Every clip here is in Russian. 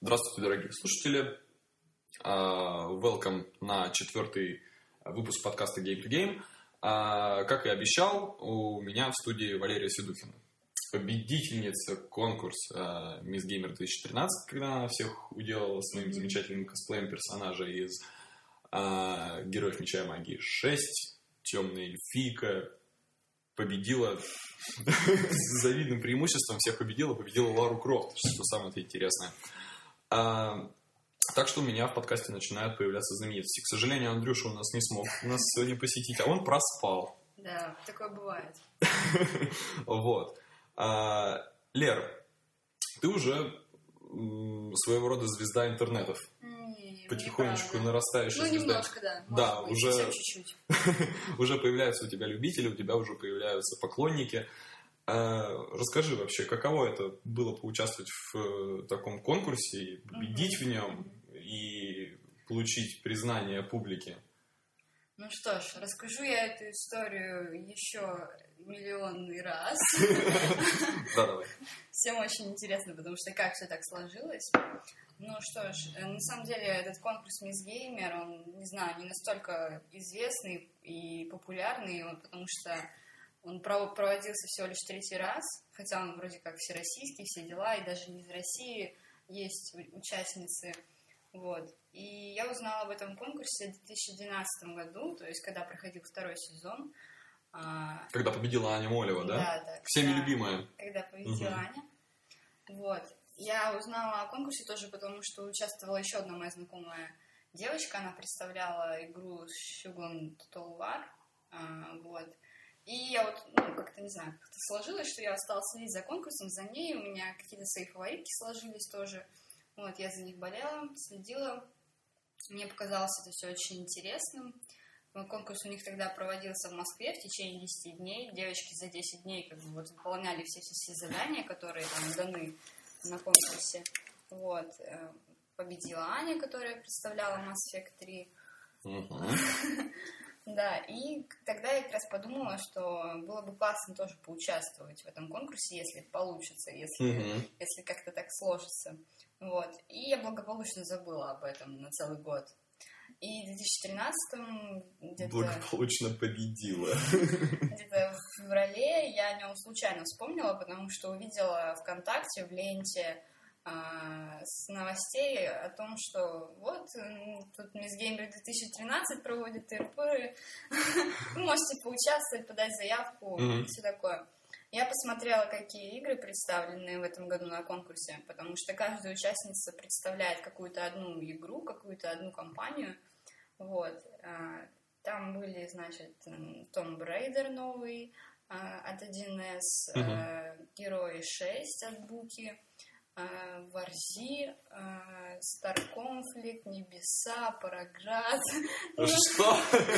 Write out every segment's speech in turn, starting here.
Здравствуйте, дорогие слушатели. Welcome на 4-й выпуск подкаста Game to Game. Как и обещал, у меня в студии Валерия Седухина, победительница конкурса Miss Gamer 2013, когда она всех уделала своим замечательным косплеем персонажа из Героев Меча и Магии 6, Темная эльфийка. Победила с завидным преимуществом, всех победила Лару Крофт, что самое-то интересное. Так что у меня в подкасте начинают появляться знаменитости. К сожалению, Андрюша у нас не смог нас сегодня посетить, а он проспал. Да, такое бывает. Вот. Лер, ты уже своего рода звезда интернетов. Потихонечку нарастающая звезда. Немножко, да. Да, быть, уже совсем чуть-чуть. уже появляются у тебя любители, у тебя уже появляются поклонники. Расскажи вообще, каково это было поучаствовать в таком конкурсе, победить в нем и получить признание публики? Ну что ж, расскажу я эту историю еще миллионный раз. Да, давай. Всем очень интересно, потому что как все так сложилось. Ну что ж, на самом деле этот конкурс Miss Gamer, он, не знаю, не настолько известный и популярный, потому что он проводился всего лишь 3-й раз, хотя он вроде как всероссийский, все дела, и даже не из России есть участницы. Вот. И я узнала об этом конкурсе в 2012 году, то есть когда проходил 2-й сезон. Когда победила Аня Молева, да? Да. Всеми любимая. Когда победила Аня. Вот. Я узнала о конкурсе тоже потому, что участвовала еще одна моя знакомая девочка, она представляла игру Shogun Total War. Вот. И я вот, как-то, не знаю, как-то сложилось, что я стала следить за конкурсом, за ней, у меня какие-то свои фаворитки сложились тоже. Вот, я за них болела, следила. Мне показалось это все очень интересным. Конкурс у них тогда проводился в Москве в течение 10 дней. Девочки за 10 дней как бы вот выполняли все задания, которые там даны на конкурсе. Вот. Победила Аня, которая представляла Mass Effect 3. Да, и тогда я как раз подумала, что было бы классно тоже поучаствовать в этом конкурсе, если получится, если как-то так сложится. Вот. И я благополучно забыла об этом на целый год. И в 2013-м где-то... Благополучно победила. Где-то в феврале я о нем случайно вспомнила, потому что увидела ВКонтакте в ленте с новостей о том, что вот тут Miss Gamer 2013 проводит ТРП, вы можете поучаствовать, подать заявку и все такое. Я посмотрела, какие игры представлены в этом году на конкурсе, потому что каждая участница представляет какую-то одну игру, какую-то одну компанию. Вот. Там были, значит, Tomb Raider новый от 1С, Герои 6 от Буки, Варзи, Star Conflict, Небеса, Параград. Что?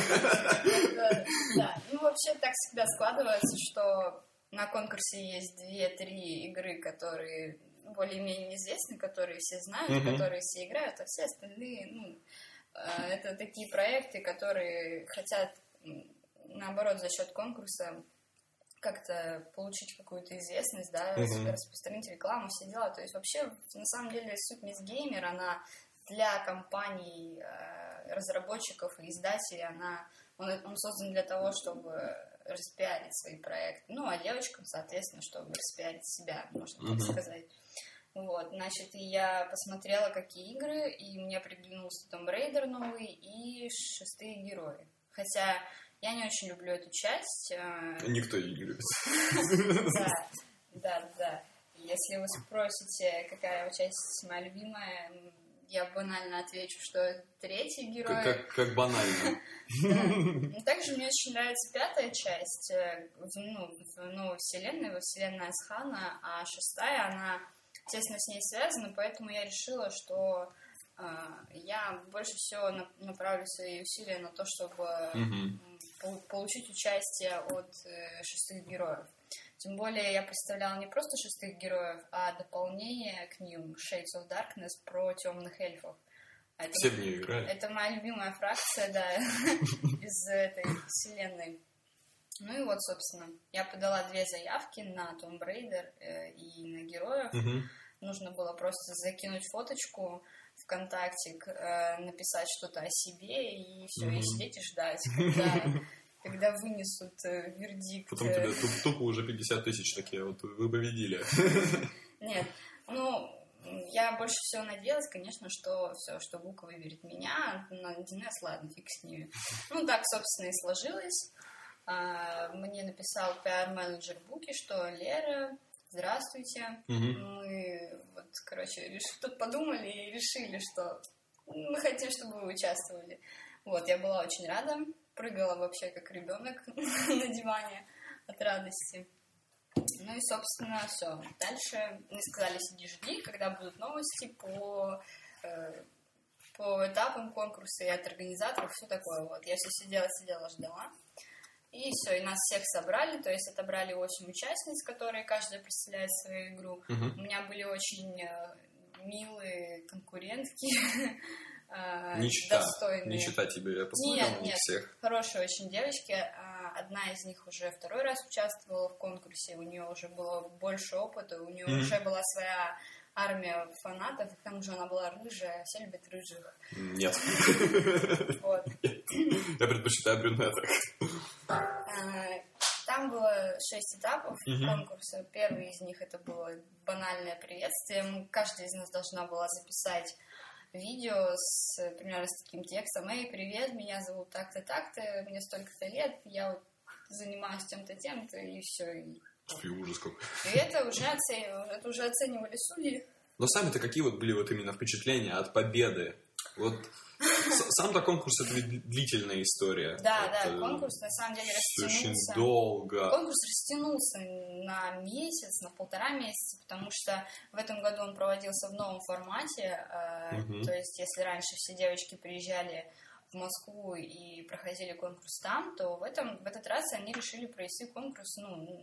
Да. Ну, вообще так всегда складывается, что на конкурсе есть 2-3 игры, которые более-менее известны, которые все знают, которые все играют, а все остальные, это такие проекты, которые хотят, наоборот, за счет конкурса как-то получить какую-то известность, да, распространить рекламу, все дела. То есть вообще, на самом деле, суть Miss Gamer, она для компаний, разработчиков и издателей, он создан для того, чтобы распиарить свои проекты. Ну, а девочкам, соответственно, чтобы распиарить себя, можно так сказать. Вот, значит, и я посмотрела, какие игры, и мне приглянулся Tomb Raider новый и 6-е герои. Хотя я не очень люблю эту часть. Никто ее не любит. Да. Если вы спросите, какая часть моя любимая, я банально отвечу, что это 3-й герой. Как банально. Да. Также мне очень нравится 5-я часть в новой вселенной, во вселенной Асхана, а 6-я, она тесно с ней связана, поэтому я решила, что я больше всего направлю свои усилия на то, чтобы получить участие от 6-х героев. Тем более я представляла не просто 6-х героев, а дополнение к ним Shades of Darkness про темных эльфов. Все в нее играли. Это моя любимая фракция, да, из этой вселенной. Ну и вот, собственно, я подала 2 заявки на Tomb Raider и на героев. нужно было просто закинуть фоточку ВКонтакте, написать что-то о себе, и все, и сидеть и ждать, когда вынесут вердикт. Потом тебе тупо уже 50 тысяч такие, вот вы победили. Нет, я больше всего надеялась, конечно, что все, что Бука выберет меня, на 1С, ладно, фиг с ними. Так, собственно, и сложилось. Мне написал пиар-менеджер Буки, что Лера, здравствуйте. Мы, тут подумали и решили, что мы хотим, чтобы вы участвовали. Я была очень рада, прыгала вообще как ребенок на диване от радости. И, собственно, все. Дальше мне сказали, сиди, жди, когда будут новости по этапам конкурса и от организаторов, все такое. Я все сидела, ждала. И все, и нас всех собрали, то есть отобрали 8 участниц, которые каждая представляет свою игру. У меня были очень милые конкурентки, достойные. Не читай тебе, я посмотрел на них всех. Хорошие очень девочки. Одна из них уже второй раз участвовала в конкурсе, у нее уже было больше опыта, у нее уже была своя армия фанатов, и к тому же она была рыжая, все любят рыжих. Нет. Я предпочитаю брюнеток. Там было 6 этапов конкурса. Первый из них это было банальное приветствие. Каждая из нас должна была записать видео примерно с таким текстом: «Эй, привет, меня зовут так-то, так-то, мне столько-то лет, я занимаюсь тем-то, тем-то», и все. И ужас какой. И это уже оценивали судьи. Но сами-то какие были именно впечатления от победы? Сам-то конкурс — это длительная история. Да, конкурс на самом деле растянулся. Очень долго. Конкурс растянулся на месяц, на 1,5 месяца, потому что в этом году он проводился в новом формате. То есть, если раньше все девочки приезжали в Москву и проходили конкурс там, то в этот раз они решили провести конкурс,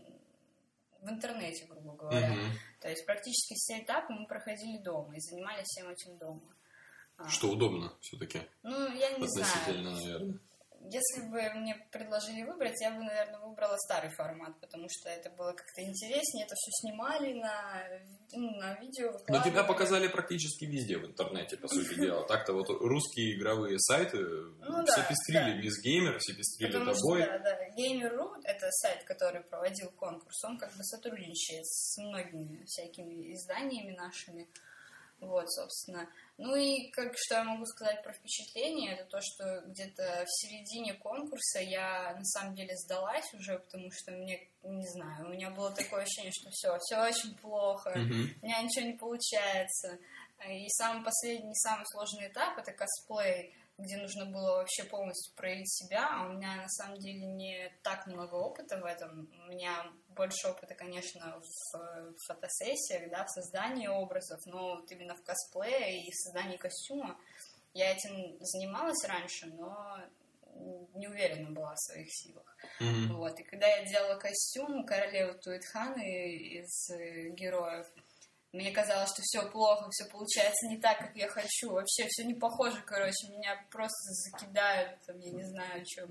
в интернете, грубо говоря. То есть, практически все этапы мы проходили дома и занимались всем этим дома. Что удобно все-таки. Я не относительно, знаю. наверное. Если бы мне предложили выбрать, я бы, наверное, выбрала старый формат, потому что это было как-то интереснее, это все снимали на видео. Но тебя показали практически везде в интернете, по сути дела. Так-то русские игровые сайты все пестрили, Miss Gamer, все пестрили тобой. Gamer.ru — это сайт, который проводил конкурс, он как бы сотрудничает с многими всякими изданиями нашими. Собственно. Что я могу сказать про впечатление, это то, что где-то в середине конкурса я на самом деле сдалась уже, потому что мне, не знаю, у меня было такое ощущение, что все очень плохо, у меня ничего не получается. И самый последний, самый сложный этап — это косплей, где нужно было вообще полностью проявить себя, а у меня на самом деле не так много опыта в этом. У меня больше опыта, конечно, в фотосессиях, в создании образов, но именно в косплее и в создании костюма. Я этим занималась раньше, но не уверена была в своих силах. И когда я делала костюм королевы Туитханы из героев, мне казалось, что все плохо, все получается не так, как я хочу. Вообще все не похоже, меня просто закидают, я не знаю, чем.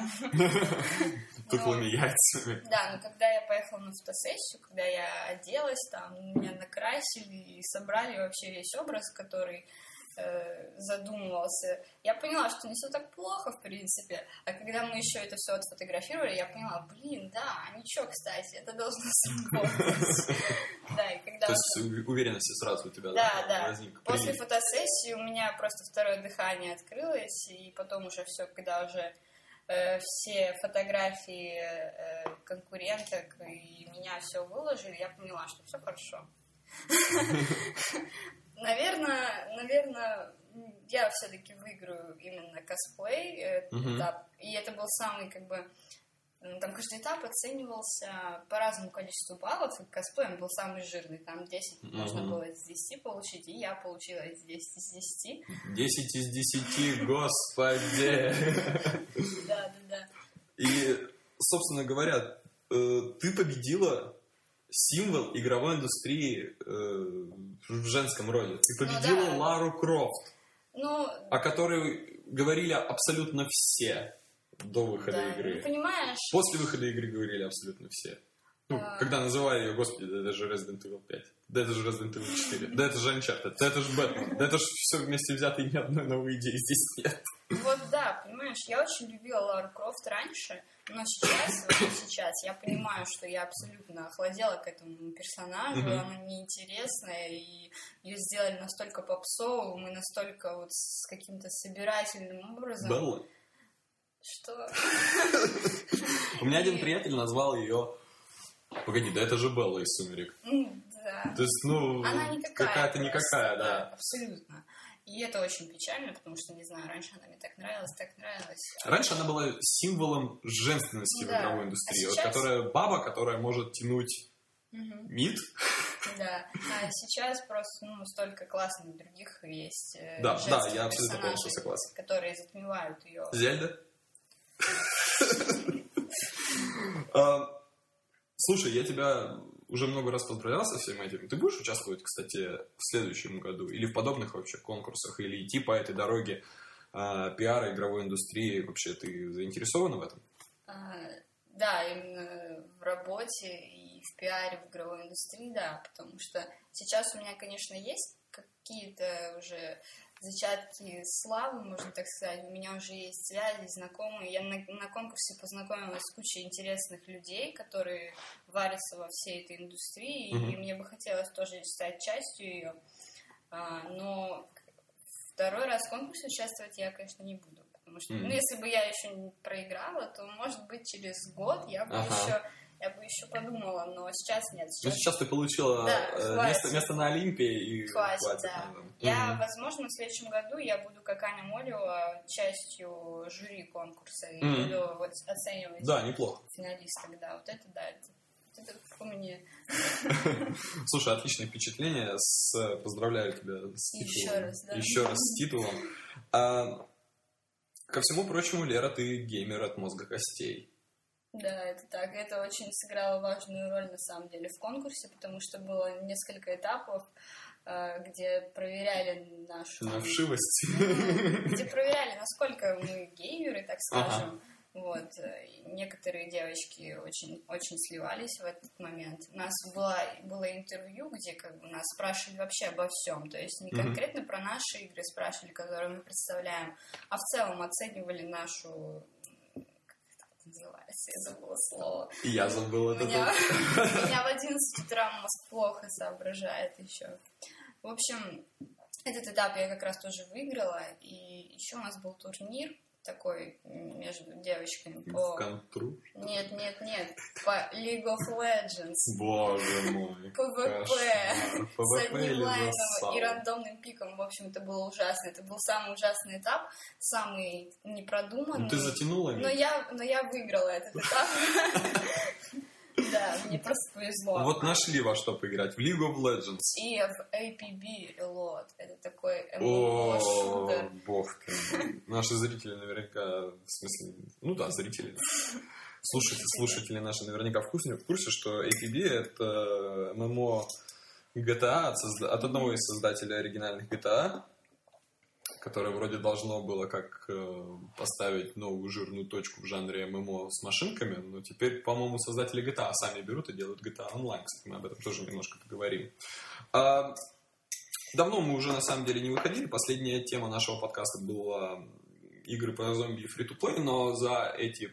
Тухлыми яйцами. Да, но когда я поехала на фотосессию, когда я оделась, меня накрасили и собрали вообще весь образ, который задумывался, я поняла, что не все так плохо, в принципе. А когда мы еще это все отфотографировали, я поняла, ничего, кстати, это должно сработать. То есть уверенность сразу у тебя возникла? После фотосессии у меня просто второе дыхание открылось, и потом уже все, когда уже все фотографии конкуренток и меня все выложили, я поняла, что все хорошо. Наверное, я все-таки выиграю именно косплей этап. И это был самый, там каждый этап оценивался по разному количеству баллов, и косплей был самый жирный. Там 10 можно было из 10 получить, и я получила из 10 из 10. 10 из 10, господи! Да. И, собственно говоря, ты победила символ игровой индустрии в женском роде. Ты победила Лару Крофт, о которой говорили абсолютно все до выхода игры. Понимаешь? После выхода игры говорили абсолютно все. Когда называли ее, господи, да это же Resident Evil 5, да это же Resident Evil 4, да это же Uncharted, да это же Бэтмен, да это же все вместе взято, и ни одной новой идеи здесь нет. Вот да, понимаешь, я очень любила Лару Крофт раньше, но сейчас я понимаю, что я абсолютно охладела к этому персонажу, она неинтересная, и ее сделали настолько попсовым и настолько вот с каким-то собирательным образом. Белла? Что? У меня один приятель назвал ее... Погоди, да это же Белла из «Сумерек». Да. То есть, она никакая. Какая-то никакая, да. Абсолютно. И это очень печально, потому что, не знаю, раньше она мне так нравилась. Раньше она была символом женственности в игровой индустрии. А сейчас... Вот, которая баба, которая может тянуть мид. Да, а сейчас просто столько классных других есть да, я абсолютно полностью согласен. Которые затмевают ее. Зельда? Слушай, я тебя уже много раз поздравлял со всем этим. Ты будешь участвовать, кстати, в следующем году? Или в подобных вообще конкурсах? Или идти по этой дороге пиара игровой индустрии? Вообще, ты заинтересована в этом? Да, именно в работе и в пиаре в игровой индустрии, да. Потому что сейчас у меня, конечно, есть какие-то уже зачатки славы, можно так сказать. У меня уже есть связи, знакомые. Я на конкурсе познакомилась с кучей интересных людей, которые варятся во всей этой индустрии, и мне бы хотелось тоже стать частью ее. Но второй раз в конкурсе участвовать я, конечно, не буду. Потому что, если бы я еще не проиграла, то, может быть, через год я бы еще подумала, но сейчас нет. Сейчас ты получила место на Олимпе и хватит. Да. Я, возможно, в следующем году я буду, как Аня Молева, частью жюри конкурса и буду оценивать неплохо. Финалисток. Да, вот это да, это по мне. Слушай, отличное впечатление. Поздравляю тебя с титулом. Еще раз с титулом. Ко всему прочему, Лера, ты геймер от мозга костей. Да, это так. Это очень сыграло важную роль, на самом деле, в конкурсе, потому что было несколько этапов, где проверяли нашу... вшивость. Где проверяли, насколько мы геймеры, так скажем. Вот. Некоторые девочки очень, очень сливались в этот момент. У нас было интервью, где нас спрашивали вообще обо всем. То есть не конкретно про наши игры спрашивали, которые мы представляем, а в целом оценивали нашу... называется, я забыла слово. И я забыла это. Меня в 11 утра мозг плохо соображает еще. В общем, этот этап я как раз тоже выиграла. И еще у нас был турнир такой между девочками по... Контру? Нет, по League of Legends. Боже мой. ПВП. С одним лайном и рандомным пиком. В общем, это было ужасно. Это был самый ужасный этап, самый непродуманный. Ты затянула но я выиграла этот этап. Да, мне просто повезло. Вот нашли во что поиграть. В League of Legends. И в APB Reload. Это такой MMO-шутер. О, бог ты. Наши зрители наверняка, в смысле, зрители. Слушатели наши наверняка в курсе, что APB это MMO GTA от одного из создателей оригинальных GTA, которое вроде должно было как поставить новую жирную точку в жанре ММО с машинками, но теперь, по-моему, создатели GTA сами берут и делают GTA Online. Кстати, мы об этом тоже немножко поговорим. Давно мы уже, на самом деле, не выходили. Последняя тема нашего подкаста была игры по зомби и фри-то-плей, но за эти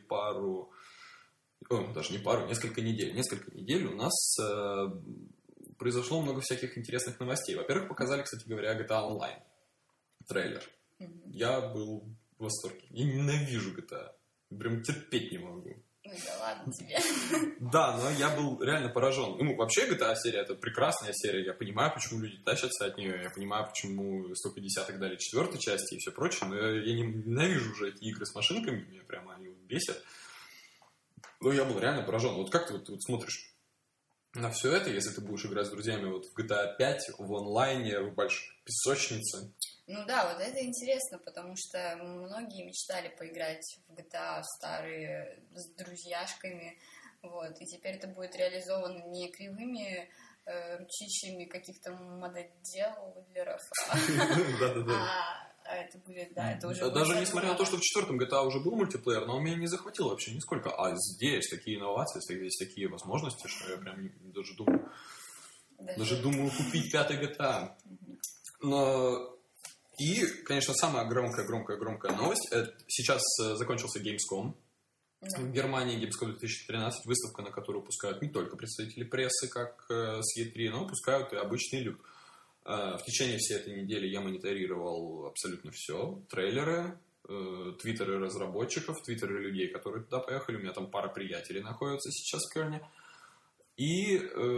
несколько недель у нас произошло много всяких интересных новостей. Во-первых, показали, кстати говоря, GTA Online. Трейлер. Я был в восторге. Я ненавижу GTA. Прям терпеть не могу. Ну да ладно тебе. Да, но я был реально поражен. Вообще GTA-серия это прекрасная серия. Я понимаю, почему люди тащатся от нее. Я понимаю, почему столько десяток дали 4-й части и все прочее. Но я ненавижу уже эти игры с машинками. Меня прямо они бесят. Но я был реально поражен. Вот как ты смотришь на все это, если ты будешь играть с друзьями в GTA 5, в онлайне, в большой песочнице? Ну да, вот это интересно, потому что многие мечтали поиграть в GTA старые с друзьяшками, вот, и теперь это будет реализовано не кривыми ручищами каких-то мододелов, а а это будет, да, это уже... Даже несмотря на то, что в 4-м GTA уже был мультиплеер, но он меня не захватил вообще нисколько. А здесь такие инновации, здесь такие возможности, что я прям даже думаю купить 5-й GTA. Но... И, конечно, самая громкая новость. Сейчас закончился Gamescom. В Германии Gamescom 2013, выставка, на которую пускают не только представители прессы, как с E3, но пускают и обычный люд. В течение всей этой недели я мониторировал абсолютно все. Трейлеры, твиттеры разработчиков, твиттеры людей, которые туда поехали. У меня там пара приятелей находится сейчас в Кёльне. И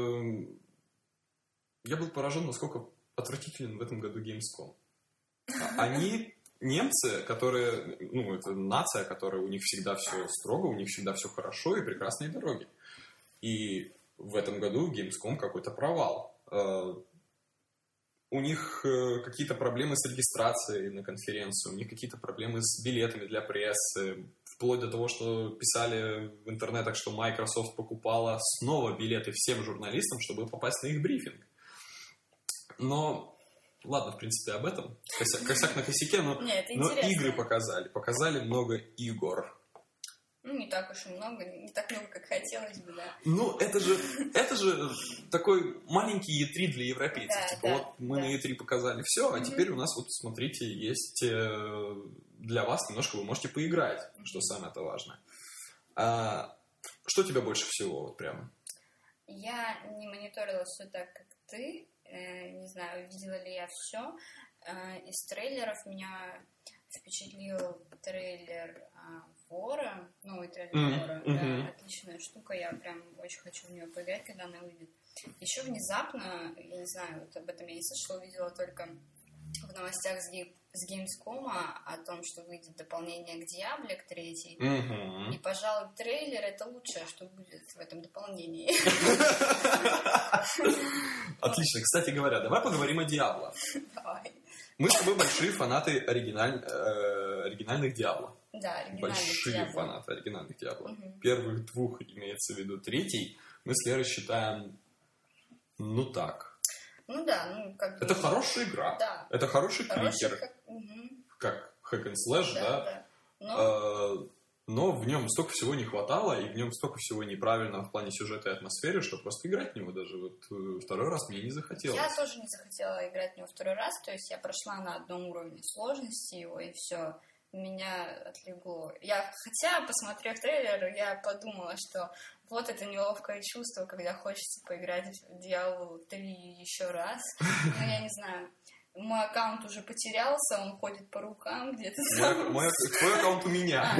я был поражен, насколько отвратителен в этом году Gamescom. Они, немцы, которые, это нация, которая у них всегда все строго, у них всегда все хорошо и прекрасные дороги. И в этом году Gamescom какой-то провал. У них какие-то проблемы с регистрацией на конференцию, у них какие-то проблемы с билетами для прессы, вплоть до того, что писали в интернетах, что Microsoft покупала снова билеты всем журналистам, чтобы попасть на их брифинг. Но, ладно, в принципе, об этом. Косяк на косяке, но игры показали много игр. Не так уж и много, не так много, как хотелось бы, да. Это же такой маленький E3 для европейцев. Мы на E3 показали все, а теперь у нас, смотрите, есть для вас немножко вы можете поиграть, что самое-то важное. Что тебя больше всего прям? Я не мониторила все так, как ты. Не знаю, видела ли я все. Из трейлеров меня впечатлил трейлер Вора, новый трейлер Вора, да, отличная штука, я прям очень хочу в нее поиграть, когда она выйдет. Еще внезапно, я не знаю, об этом я не слышала, видела только в новостях с Gamescom о том, что выйдет дополнение к Diablo, к 3. И, пожалуй, трейлер — это лучшее, что будет в этом дополнении. Отлично. Кстати говоря, давай поговорим о Diablo. Давай. Мы с тобой большие фанаты оригинальных Diablo. Да, оригинальных большие Diablo. фанаты оригинальных Diablo. Первых 2, имеется в виду 3, мы с Лерой считаем, так. Это хорошая игра. Да. Это хороший кликер. Как hack and slash, да? Но в нем столько всего не хватало, и в нем столько всего неправильно в плане сюжета и атмосферы, что просто играть в него даже второй раз мне не захотелось. Я тоже не захотела играть в него второй раз, то есть я прошла на одном уровне сложности его, и все, меня отлегло. Хотя, посмотрев трейлер, я подумала, что вот это неловкое чувство, когда хочется поиграть в Diablo 3 еще раз. Но я не знаю. Мой аккаунт уже потерялся, он ходит по рукам где-то. Твой аккаунт у меня.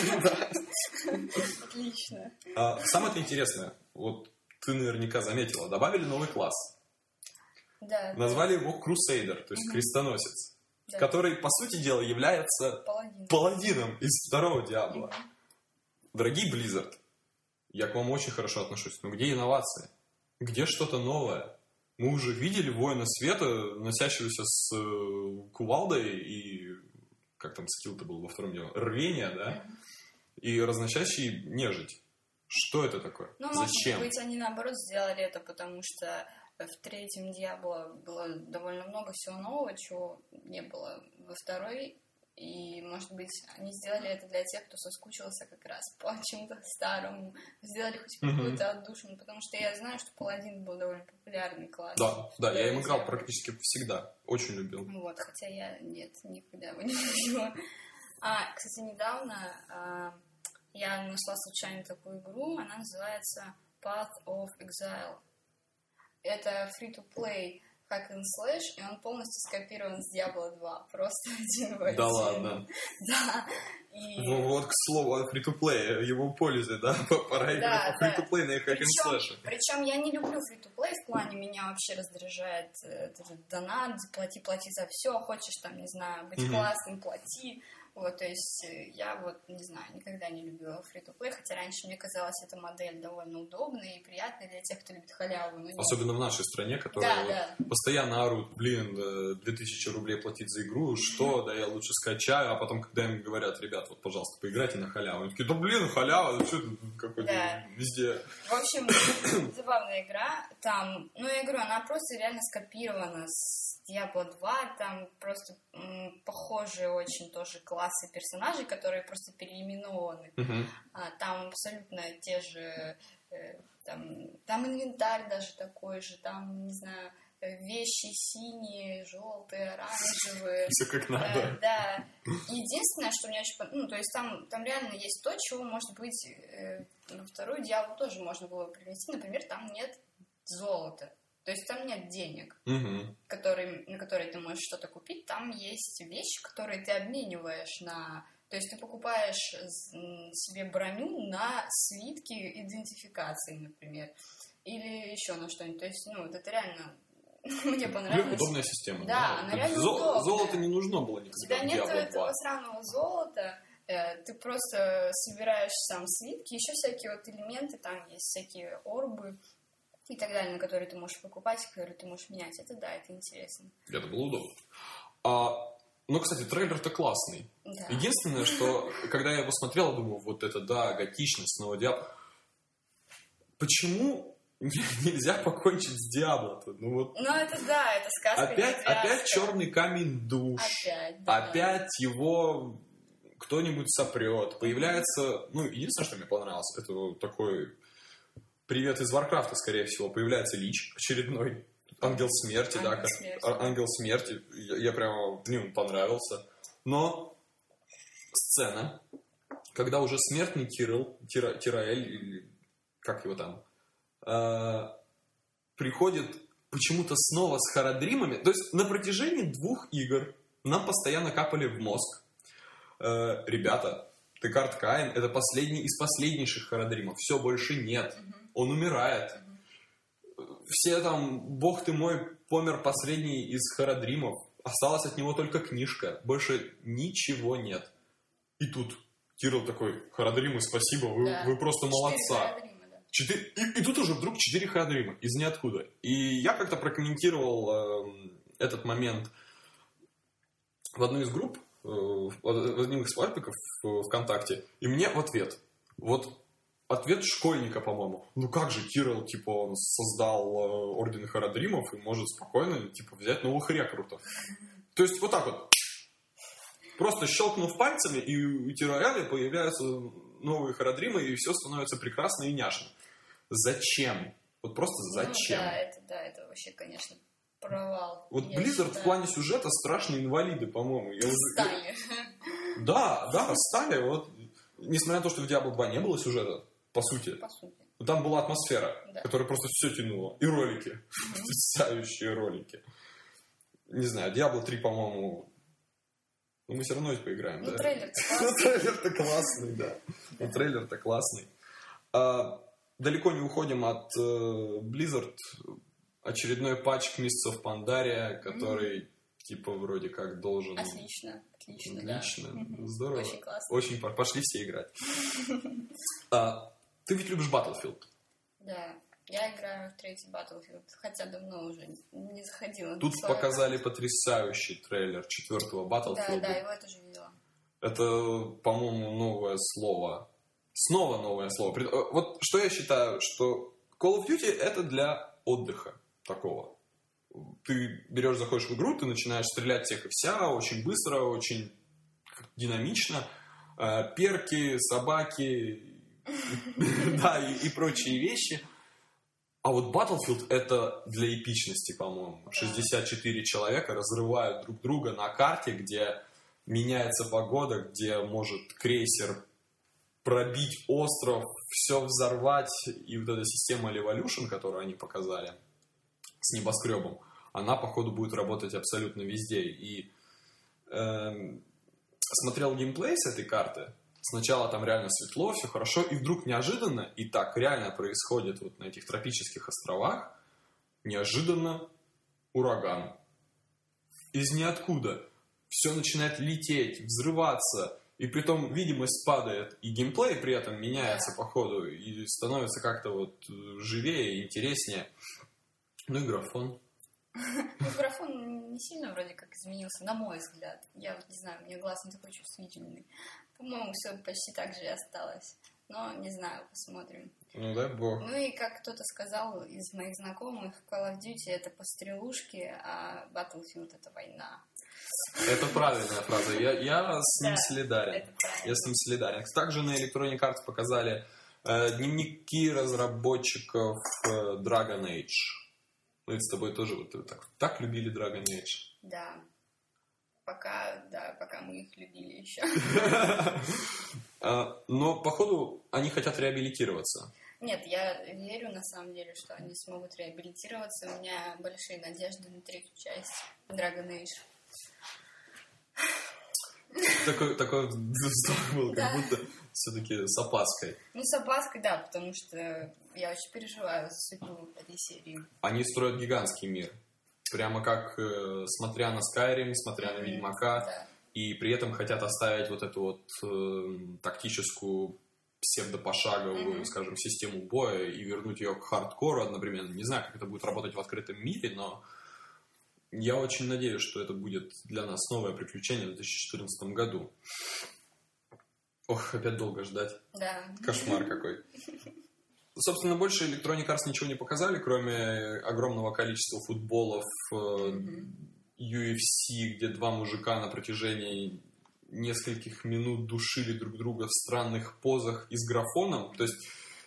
Отлично. Самое интересное, ты наверняка заметила, добавили новый класс. Да. Назвали его Crusader, то есть крестоносец, который, по сути дела, является паладином из второго Diablo. Дорогие Blizzard, я к вам очень хорошо отношусь, но где инновации? Где что-то новое? Мы уже видели воина света, носящегося с кувалдой и... Как там скилл-то был во втором деле? Рвение, да? И разносящий нежить. Что это такое? Зачем? Может быть, они наоборот сделали это, потому что в 3-м Diablo было довольно много всего нового, чего не было во 2-й. И, может быть, они сделали это для тех, кто соскучился как раз по чему-то старому. Сделали хоть какую-то отдушину, потому что я знаю, что Паладин был довольно популярный класс. Да, я им играл практически всегда. Очень любил. Хотя я, никогда его не любила. Кстати, недавно я нашла случайно такую игру, она называется Path of Exile. Это free-to-play hack and slash, и он полностью скопирован с Diablo 2. Просто один в один. Да ладно? Да. К слову о free-to-play, его пользе, да? Пора играть по free-to-play на hack and slash. Причем я не люблю free-to-play, в плане меня вообще раздражает этот донат, плати за все, хочешь там, не знаю, быть классным, плати. То есть я не знаю, никогда не любила free-to-play, хотя раньше мне казалась эта модель довольно удобной и приятной для тех, кто любит халяву. Особенно в нашей стране, которые постоянно орут, 2000 рублей платить за игру, что, да я лучше скачаю, а потом, когда им говорят, ребят, пожалуйста, поиграйте на халяву, они такие, халява, что это какой-то везде. В общем, забавная игра, там, я говорю, она просто реально скопирована с Diablo 2, там просто похожие очень тоже классы персонажей, которые просто переименованы. Там абсолютно те же, там инвентарь даже такой же, там, не знаю, вещи синие, желтые, оранжевые. Все как надо. Да. Единственное, что мне очень понравилось, то есть там реально есть то, чего, может быть, во вторую Diablo тоже можно было привнести. Например, там нет золота. То есть там нет денег, на которые ты можешь что-то купить. Там есть вещи, которые ты обмениваешь на... То есть ты покупаешь себе броню на свитки идентификации, например. Или еще на что-нибудь. То есть, это реально... Мне понравилось. Удобная система. Да, она реально удобная. Золото не нужно было никогда. У тебя нет этого сраного золота. Ты просто собираешь сам свитки. Еще всякие вот элементы. Там есть всякие орбы и так далее, на которые ты можешь покупать, которые ты можешь менять. Это да, это интересно. Это было удобно. Кстати, трейлер-то классный. Да. Единственное, что, когда я его смотрел, думаю, вот это, да, готичность, снова Диабло. Почему нельзя покончить с Диабло-то? Это да, это сказка. Опять черный камень душ. Опять его кто-нибудь сопрет. Появляется... единственное, что мне понравилось, это такой... Привет из Варкрафта, скорее всего. Появляется Лич очередной. Ангел смерти, Ангел смерти. Я прямо... Мне он понравился. Но сцена, когда уже смертный Тираэль, или как его там, приходит почему-то снова с Харадримами. То есть на протяжении 2 игр нам постоянно капали в мозг. Ребята, Декарт Каин — это последний из последнейших Харадримов. Все, больше нет. Он умирает. Все там, бог ты мой, помер последний из Харадримов. Осталась от него только книжка. Больше ничего нет. И тут Тирл такой: Харадримы, спасибо, вы просто молодца. И тут уже вдруг 4 Харадрима из ниоткуда. И я как-то прокомментировал этот момент в одной из групп, в одном из пабликов ВКонтакте, и мне в ответ. Ответ школьника, по-моему. Как же Тирл, он создал Орден Харадримов и может спокойно, взять новых рекрутов. То есть вот так вот. Просто щелкнув пальцами, и у Тираэля появляются новые Харадримы, и все становится прекрасно и няшно. Зачем? Вот просто зачем? Это вообще, конечно, провал. Blizzard в плане сюжета страшные инвалиды, по-моему. Стали. Да, стали. Несмотря на то, что в Diablo 2 не было сюжета, по сути. Там была атмосфера, которая просто все тянула. И ролики. Потрясающие ролики. Не знаю, Diablo 3, по-моему... мы все равно ведь поиграем, да? Трейлер-то классный, да. Трейлер-то классный. Далеко не уходим от Blizzard. Очередной патч Mists of Pandaria, который вроде как должен... Отлично, да. Здорово. Очень классно. Очень пошли все играть. Ты ведь любишь Battlefield? Да, я играю в 3-й Battlefield, хотя давно уже не заходила. Тут показали потрясающий трейлер 4-го Battlefield. Да, его я тоже видела. Это, по-моему, новое слово. Снова новое слово. Вот что я считаю, что Call of Duty — это для отдыха такого. Ты заходишь в игру, ты начинаешь стрелять всех и вся, очень быстро, очень динамично. Перки, собаки, да, и прочие вещи. А вот Battlefield — это для эпичности, по-моему. 64 человека разрывают друг друга на карте, где меняется погода, где может крейсер пробить остров, все взорвать. И вот эта система Evolution, которую они показали с небоскребом, она, походу, будет работать абсолютно везде. И смотрел геймплей с этой карты. Сначала там реально светло, все хорошо, и вдруг неожиданно, и так реально происходит на этих тропических островах, неожиданно ураган. Из ниоткуда. Все начинает лететь, взрываться, и притом видимость падает, и геймплей при этом меняется по ходу, и становится как-то живее и интереснее. И графон. Графон не сильно вроде как изменился, на мой взгляд. Я не знаю, у меня глаз не такой чувствительный. По-моему, все почти так же и осталось. но не знаю, посмотрим. Ну, дай бог. Ну и как кто-то сказал из моих знакомых, Call of Duty это пострелушки, а Battlefield это война. Это правильная фраза. Я с ним солидарен. Я с ним солидарен. Также на Electronic Arts показали дневники разработчиков Dragon Age. Мы с тобой тоже вот так любили Dragon Age. Да. Пока мы их любили еще. Но, походу, они хотят реабилитироваться. Нет, я верю, на самом деле, что они смогут реабилитироваться. У меня большие надежды на третью часть Dragon Age. Такой вздох был, как будто все-таки с опаской. Ну, с опаской, да, потому что я очень переживаю за судьбу этой серии. Они строят гигантский мир. Прямо как, смотря на Skyrim, смотря на Ведьмака, да. И при этом хотят оставить вот эту вот тактическую псевдопошаговую, скажем, систему боя и вернуть ее к хардкору одновременно. Не знаю, как это будет работать в открытом мире, но я очень надеюсь, что это будет для нас новое приключение в 2014 году. Ох, опять долго ждать. Да. Кошмар какой. Собственно, больше Electronic Arts ничего не показали, кроме огромного количества футболов, UFC, где два мужика на протяжении нескольких минут душили друг друга в странных позах и с графоном. То есть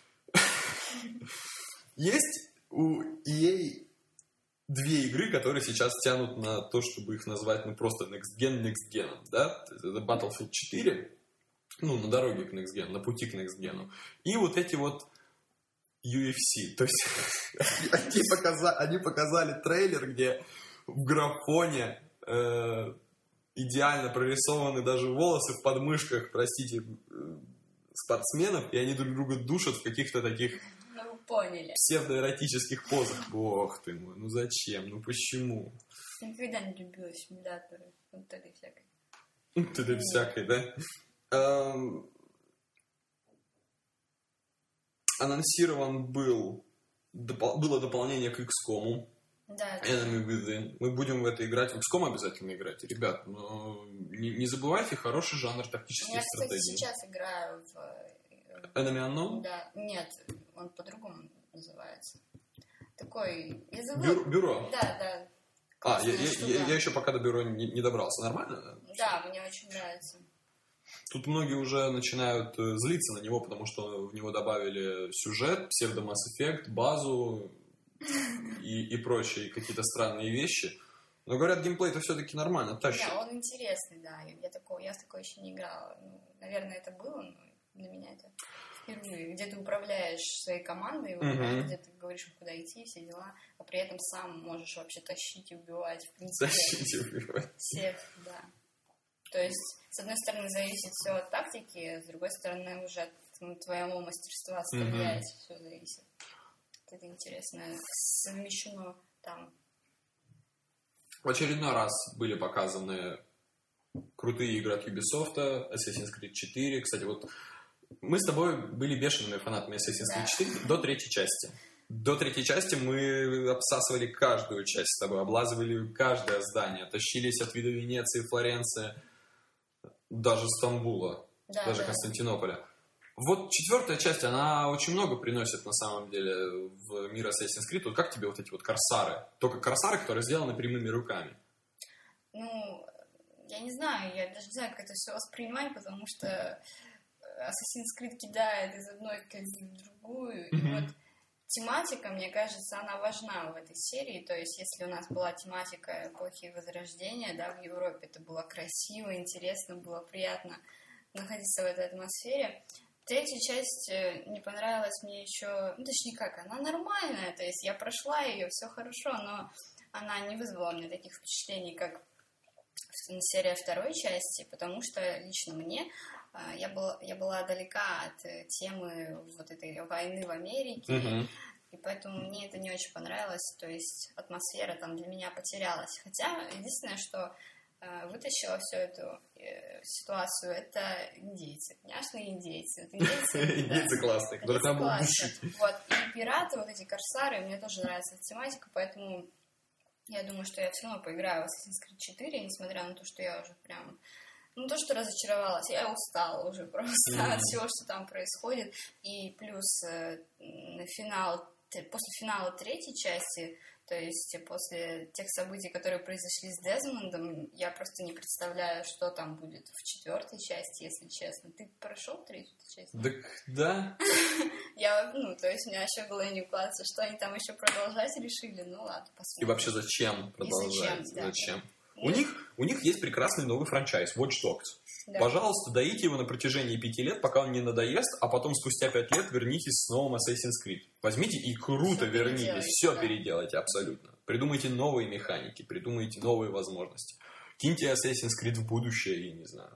есть у EA две игры, которые сейчас тянут на то, чтобы их назвать просто Next Gen, да? Это Battlefield 4, на дороге к Next Gen, на пути к Next Gen. И вот эти вот UFC. То есть они показали трейлер, где в графоне идеально прорисованы даже волосы в подмышках, простите, спортсменов, и они друг друга душат в каких-то таких псевдоэротических позах. Бог ты мой, ну зачем, ну почему? Никогда не любила симуляторы. Вот этой всякой. Вот этой всякой, да? Анонсирован было дополнение к XCOM. Да. Enemy Within. Мы будем в это играть. В XCOM обязательно играть, ребят. Но не забывайте, хороший жанр тактических стратегий. Я, кстати, сейчас играю в... Enemy Unknown? Да. Нет, он по-другому называется. Такой... Я забыла. Бюро? Да. Я еще пока до бюро не добрался. Нормально? Да, мне очень нравится. Тут многие уже начинают злиться на него, потому что в него добавили сюжет, псевдо-Mass Effect, базу и прочие какие-то странные вещи. Но говорят, геймплей-то все-таки нормально, тащит. Да, он интересный, да. Я в такое еще не играла. Наверное, это было, но для меня это впервые. Где ты управляешь своей командой, где ты говоришь, куда идти, все дела, а при этом сам можешь вообще тащить и убивать, в принципе. Тащить и убивать. Всех, да. То есть, с одной стороны, зависит все от тактики, с другой стороны, уже от твоего мастерства стрелять все зависит. Это интересно. Совмещено там. В очередной раз были показаны крутые игры от Ubisoft, Assassin's Creed 4. Кстати, вот мы с тобой были бешеными фанатами Assassin's Creed 4 до третьей части. До третьей части мы обсасывали каждую часть с тобой, облазывали каждое здание, тащились от вида Венеции, Флоренции, даже Стамбула, даже Константинополя. Вот четвертая часть, она очень много приносит на самом деле в мир Assassin's Creed. Вот как тебе вот эти вот корсары? Только корсары, которые сделаны прямыми руками. Ну, я не знаю, я даже не знаю, как это все воспринимать, потому что Assassin's Creed кидает из одной козы в другую. И вот тематика, мне кажется, она важна в этой серии. То есть, если у нас была тематика эпохи Возрождения, да, в Европе, это было красиво, интересно, было приятно находиться в этой атмосфере. Третья часть не понравилась мне еще, точнее как, она нормальная, то есть я прошла ее, все хорошо, но она не вызвала мне таких впечатлений, как серия второй части, потому что лично мне я была далека от темы вот этой войны в Америке, и поэтому мне это не очень понравилось, то есть атмосфера там для меня потерялась. Хотя единственное, что вытащила всю эту ситуацию, это индейцы, няшные индейцы. Индейцы классные, которых надо было душить. Вот, и пираты, вот эти корсары, мне тоже нравится эта тематика, поэтому я думаю, что я все равно поиграю в Assassin's Creed 4, несмотря на то, что я уже прям Ну, то, что разочаровалась, я устала уже просто от всего, что там происходит. И плюс после финала третьей части, то есть после тех событий, которые произошли с Дезмондом, я просто не представляю, что там будет в четвертой части, если честно. Ты прошел третью часть? Да. То есть у меня еще в голове не укладывается, что они там еще продолжать решили. Ну ладно, посмотрим. И вообще зачем продолжать? Зачем? У них есть прекрасный новый франчайз Watch Dogs. Да. Пожалуйста, доите его на протяжении 5 лет, пока он не надоест, а потом спустя 5 лет вернитесь с новым Assassin's Creed. Возьмите и круто вернитесь. Все переделайте абсолютно. Придумайте новые механики, придумайте новые возможности. Киньте Assassin's Creed в будущее, я не знаю.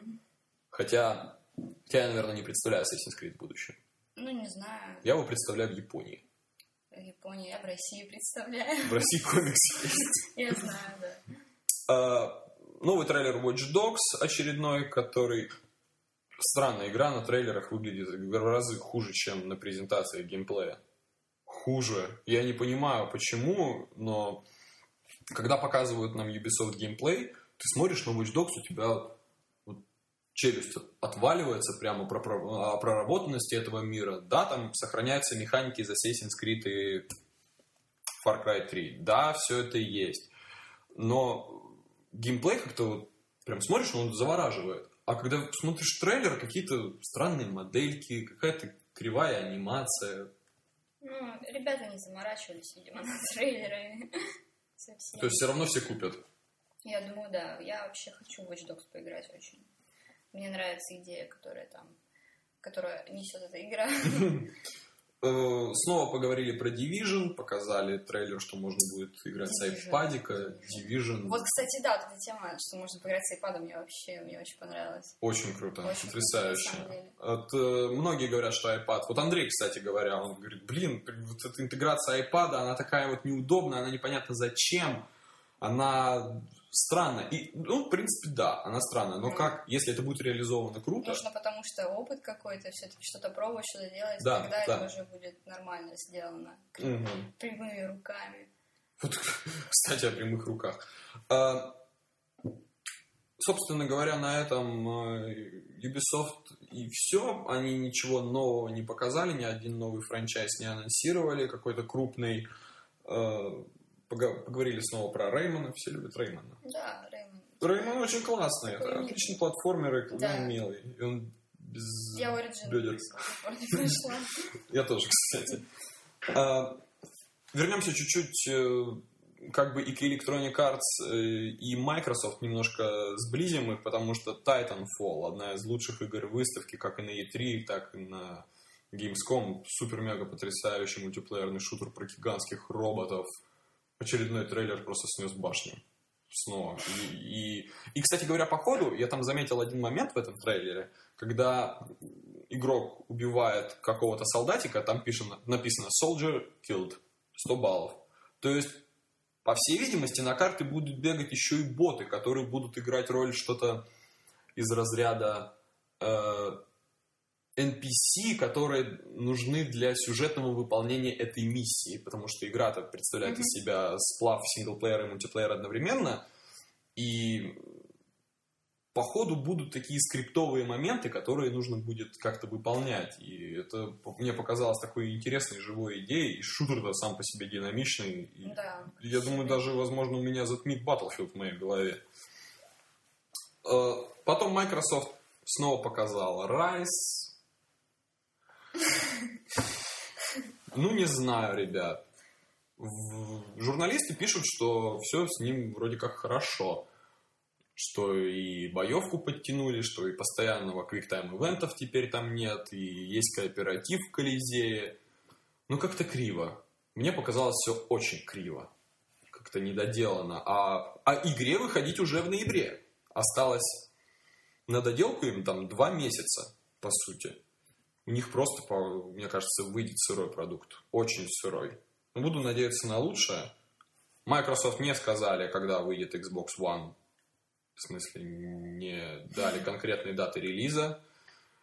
Хотя я, наверное, не представляю Assassin's Creed в будущем. Ну, не знаю. Я его представляю в Японии. В Японии, я в России представляю. В России комикс есть. Я знаю, да. Новый трейлер Watch Dogs очередной, который... Странная игра на трейлерах выглядит в разы хуже, чем на презентации геймплея. Хуже. Я не понимаю, почему, но когда показывают нам Ubisoft геймплей, ты смотришь на Watch Dogs, у тебя челюсть отваливается прямо о проработанности этого мира. Да, там сохраняются механики из Assassin's Creed и Far Cry 3. Да, все это и есть. Но геймплей как-то прям смотришь, он завораживает. А когда смотришь трейлер, какие-то странные модельки, какая-то кривая анимация. Ну, ребята не заморачивались, видимо, над трейлерами. Совсем. То есть все равно все купят? Я думаю, да. Я вообще хочу в Watch Dogs поиграть очень. Мне нравится идея, которая несет эта игра. Снова поговорили про Division, показали трейлер, что можно будет играть с айпадика. Division. Вот, кстати, да, вот эта тема, что можно поиграть с айпадом, мне очень понравилось. Очень круто, потрясающе. Многие говорят, что iPad... Вот Андрей, кстати говоря, он говорит, вот эта интеграция айпада, она такая вот неудобная, она непонятно зачем, она... Странно. И, в принципе, да, она странная. Но как, если это будет реализовано круто... Нужно, потому что опыт какой-то, все-таки что-то пробовать, что-то делать, тогда это уже будет нормально сделано. Прямыми руками. Вот, кстати, о прямых руках. Собственно говоря, на этом Ubisoft и все. Они ничего нового не показали, ни один новый франчайз не анонсировали, какой-то крупный... Поговорили снова про Реймона. Все любят Реймона. Да, Реймон. Реймон очень классный. Это отличный платформер, и милый. И он без бедер. Я тоже, кстати. Вернемся чуть-чуть как бы и к Electronic Arts, и Microsoft немножко сблизим их, потому что Titanfall, одна из лучших игр выставки, как и на E3, так и на Gamescom. Супер-мега потрясающий мультиплеерный шутер про гигантских роботов. Очередной трейлер просто снес башню. Снова. И, кстати говоря, по ходу, я там заметил один момент в этом трейлере, когда игрок убивает какого-то солдатика, там написано «Soldier killed», 100 баллов. То есть, по всей видимости, на карте будут бегать еще и боты, которые будут играть роль что-то из разряда NPC, которые нужны для сюжетного выполнения этой миссии, потому что игра-то представляет из себя сплав синглплеера и мультиплеера одновременно, и по ходу будут такие скриптовые моменты, которые нужно будет как-то выполнять, и это мне показалось такой интересной, живой идеей, и шутер-то сам по себе динамичный, и я думаю, даже, возможно, у меня затмит Battlefield в моей голове. Потом Microsoft снова показала Rise. Ну, не знаю, ребят. Журналисты пишут, что все с ним вроде как хорошо. Что и боевку подтянули, что и постоянного квиктайм-ивентов теперь там нет, и есть кооператив в Колизее. Ну, как-то криво. Мне показалось все очень криво. Как-то недоделано. А игре выходить уже в ноябре. Осталось на доделку им там 2 месяца, по сути. У них просто, мне кажется, выйдет сырой продукт. Очень сырой. Но буду надеяться на лучшее. Microsoft не сказали, когда выйдет Xbox One. В смысле, не дали конкретной даты релиза.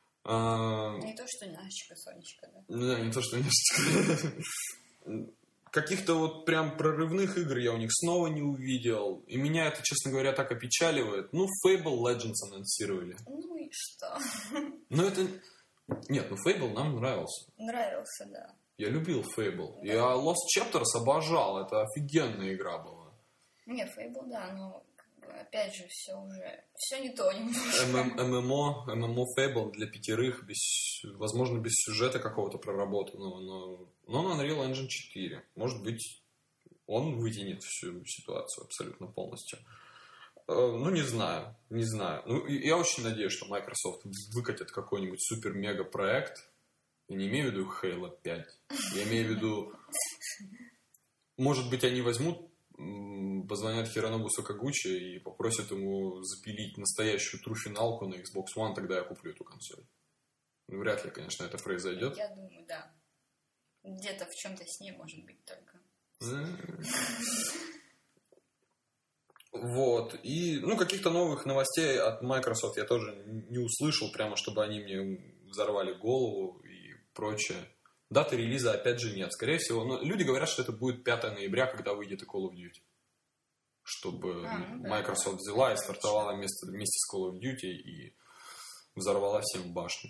Не то, что няшечка, Сонечка, да? Да, не то, что няшечка. каких-то вот прям прорывных игр я у них снова не увидел. И меня это, честно говоря, так опечаливает. Ну, Fable Legends анонсировали. Ну и что? Ну, это... Нет, ну Fable нам нравился. Нравился, да. Я любил Fable. Да. Я Lost Chapters обожал. Это офигенная игра была. Нет, Fable, да, но опять же, все не то немножко. ММО Fable для 5, возможно, без сюжета какого-то проработанного, но на Unreal Engine 4. Может быть, он вытянет всю ситуацию абсолютно полностью. Ну, не знаю. Ну, я очень надеюсь, что Microsoft выкатит какой-нибудь супер-мега-проект. Я не имею в виду Halo 5. Я имею в виду... Может быть, они возьмут, позвонят Хиронобу Сакагучи и попросят ему запилить настоящую тру-финалку на Xbox One, тогда я куплю эту консоль. Ну, вряд ли, конечно, это произойдет. Я думаю, да. Где-то в чем-то сне, может быть, только. Вот. И, ну, каких-то новых новостей от Microsoft я тоже не услышал, прямо чтобы они мне взорвали голову и прочее. Даты релиза, опять же, нет. Скорее всего, но люди говорят, что это будет 5 ноября, когда выйдет и Call of Duty. Чтобы Microsoft взяла и стартовала вместе с Call of Duty и взорвала всем башню.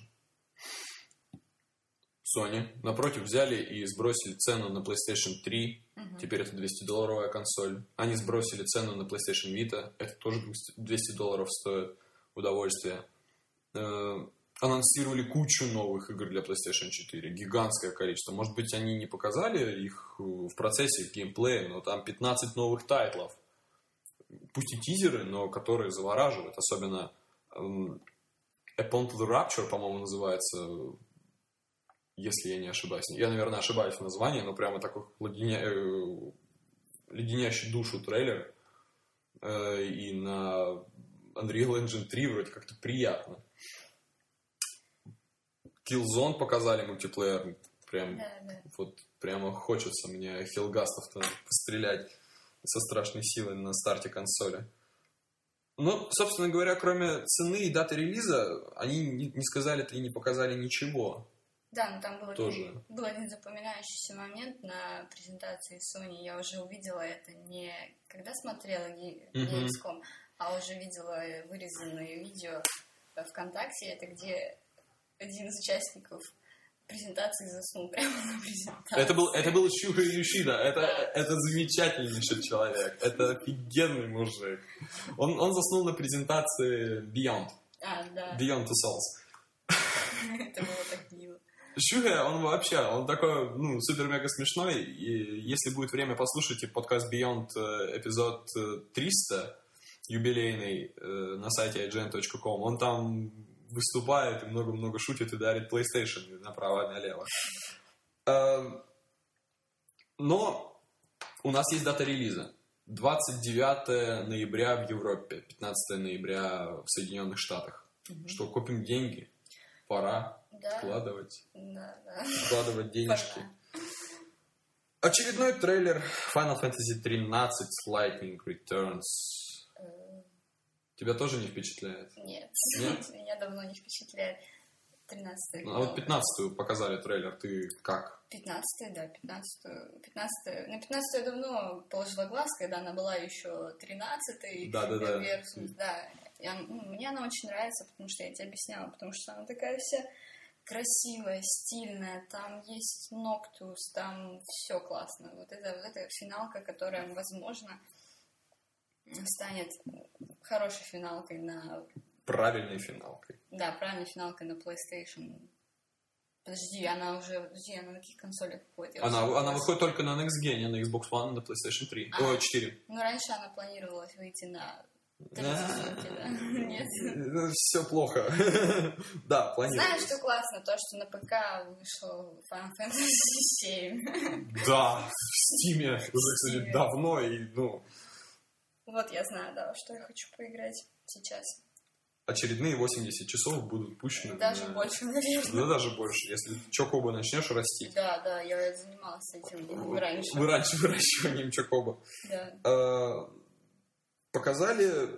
Sony, напротив, взяли и сбросили цену на PlayStation 3. Теперь это $200 консоль. Они сбросили цену на PlayStation Vita. Это тоже $200 стоит. Удовольствие. Анонсировали кучу новых игр для PlayStation 4. Гигантское количество. Может быть, они не показали их в процессе геймплея, но там 15 новых тайтлов. Пусть и тизеры, но которые завораживают. Особенно Upon to the Rapture, по-моему, называется, если я не ошибаюсь. Я, наверное, ошибаюсь в названии, но прямо такой леденящий душу трейлер. И на Unreal Engine 3 вроде как-то приятно. Killzone показали мультиплеер. Прям, да. Вот прямо хочется мне хиллгастов-то пострелять со страшной силой на старте консоли. Ну, собственно говоря, кроме цены и даты релиза, они не сказали-то и не показали ничего. Да, но там был один запоминающийся момент на презентации Sony. Я уже увидела это не когда смотрела Gamescom, а уже видела вырезанные видео ВКонтакте. Это где один из участников презентации заснул прямо на презентации. Это был Шуха Юшида. Это замечательнейший человек. Это офигенный мужик. Он заснул на презентации Beyond. Да. Beyond Two Souls. Это было так мило. Шуха, он такой, супер-мега смешной. И если будет время, послушайте подкаст Beyond эпизод 300, юбилейный, на сайте ign.com. Он там выступает и много-много шутит и дарит PlayStation направо и налево. Но у нас есть дата релиза. 29 ноября в Европе, 15 ноября в Соединенных Штатах. Что, копим деньги? Пора вкладывать. Да. Вкладывать денежки. Очередной трейлер Final Fantasy 13 Lightning Returns. Тебя тоже не впечатляет? Нет? Меня давно не впечатляет. 13-й. А вот 15-ю показали трейлер, ты как? 15-й, да, 15-ю. 15-ю. На 15-ю я давно положила глаз, когда она была еще 13-й. Да. Versus, да. Мне она очень нравится, потому что я тебе объясняла, потому что она такая вся красивая, стильная, там есть Noctis, там все классно. Вот это финалка, которая, возможно, станет хорошей финалкой на... Правильной финалкой. Да, правильной финалкой на PlayStation. Подожди, она на каких консолях выходит? Она выходит только на Next Gen, на Xbox One, на PlayStation 3. 4. Ну, раньше она планировалась выйти на 360, да? Нет? Все плохо. Да, планировалось. Знаешь, что классно? То, что на ПК вышел Final Fantasy 7. Да, в Steam уже, кстати, давно и, Вот я знаю, да, что я хочу поиграть сейчас. Очередные 80 часов будут пущены. Даже больше, наверное. Да, даже больше. Если Чокоба начнешь растить. Да, я занималась этим раньше. Вы раньше выращиванием Чокоба. Да. Показали,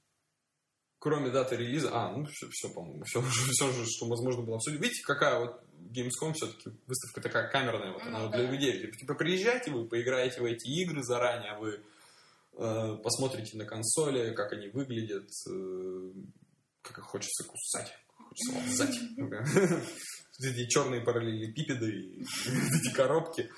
кроме даты релиза, все, по-моему, все, что возможно было обсудить. Видите, какая вот Gamescom все-таки выставка такая камерная, вот она для людей. Типа, приезжайте, вы поиграете в эти игры заранее, вы посмотрите на консоли, как они выглядят, как их хочется кусать, хочется лазать. Эти черные параллелепипеды и эти коробки.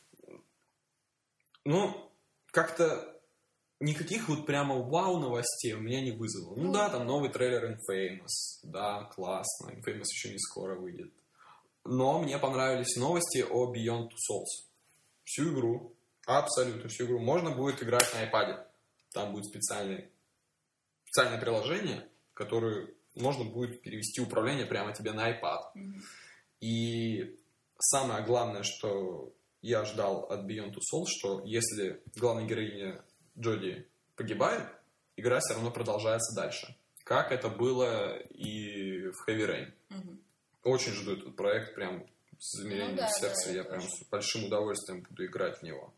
Ну, как-то никаких вот прямо вау новостей у меня не вызвало. Ну да, там новый трейлер Infamous. Да, классно. Infamous еще не скоро выйдет. Но мне понравились новости о Beyond Two Souls. Всю игру, абсолютно всю игру, можно будет играть на iPad. Там будет специальное приложение, которое можно будет перевести управление прямо тебе на iPad. И самое главное, что я ждал от Beyond Two Souls, что если главная героиня Джоди погибает, игра все равно продолжается дальше. Как это было и в Heavy Rain. Очень жду этот проект, прям с замиранием сердца. Я прям с большим удовольствием буду играть в него.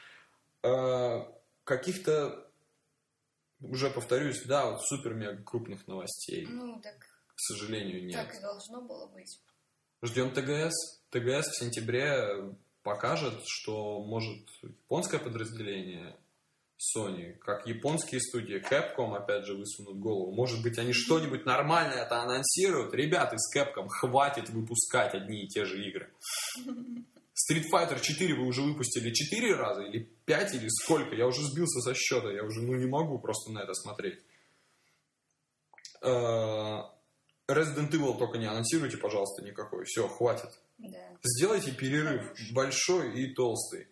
Каких-то, уже повторюсь, да, вот супер-мега крупных новостей. Ну, так... К сожалению, нет. Так и должно было быть. Ждем ТГС. ТГС в сентябре покажет, что может японское подразделение Sony, как японские студии, Capcom, опять же, высунут голову. Может быть, они что-нибудь нормальное это анонсируют. Ребята из Capcom, хватит выпускать одни и те же игры. Street Fighter 4 вы уже выпустили 4 раза, или 5, или сколько? Я уже сбился со счета, я уже не могу просто на это смотреть. Resident Evil только не анонсируйте, пожалуйста, никакой. Все, хватит. Да. Сделайте перерыв большой и толстый.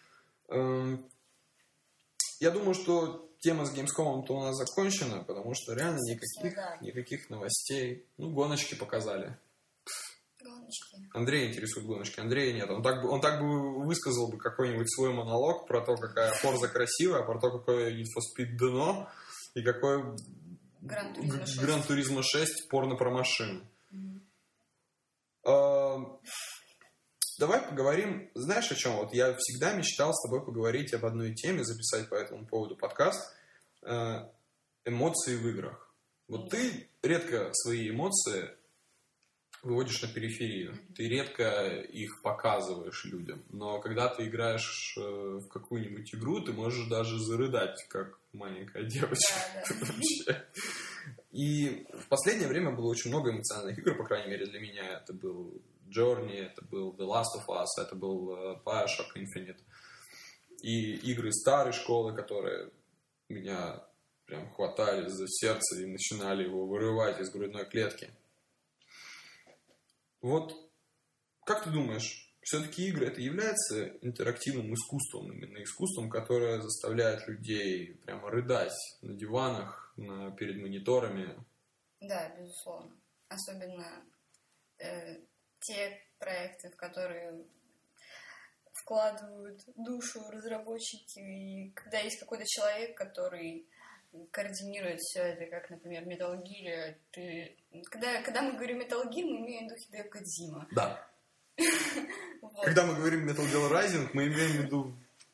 Я думаю, что тема с Gamescom-то у нас закончена, потому что реально никаких новостей. Ну, гоночки показали. Гоночки. Андрея интересуют гоночки. Андрея нет. Он так бы высказал бы какой-нибудь свой монолог про то, какая Forza красивая, про то, какое Need for Speed дно и какое Gran Turismo 6 порно про машины. Давай поговорим, знаешь о чем? Вот я всегда мечтал с тобой поговорить об одной теме, записать по этому поводу подкаст. Эмоции в играх. Вот ты редко свои эмоции выводишь на периферию. Ты редко их показываешь людям. Но когда ты играешь в какую-нибудь игру, ты можешь даже зарыдать, как маленькая девочка. Да. И в последнее время было очень много эмоциональных игр, по крайней мере для меня. Это был Journey, это был The Last of Us, это был Bioshock Infinite. И игры старой школы, которые меня прям хватали за сердце и начинали его вырывать из грудной клетки. Вот, как ты думаешь, все-таки игры это является интерактивным искусством, именно искусством, которое заставляет людей прямо рыдать на диванах, перед мониторами? Да, безусловно. Особенно те проекты, в которые вкладывают душу разработчики, и когда есть какой-то человек, который координирует все это, как, например, Metal Gear. Когда мы говорим Metal Gear, мы имеем в виду Хидео Кодзима. Да. Когда мы говорим Metal Gear Rising, мы имеем в виду...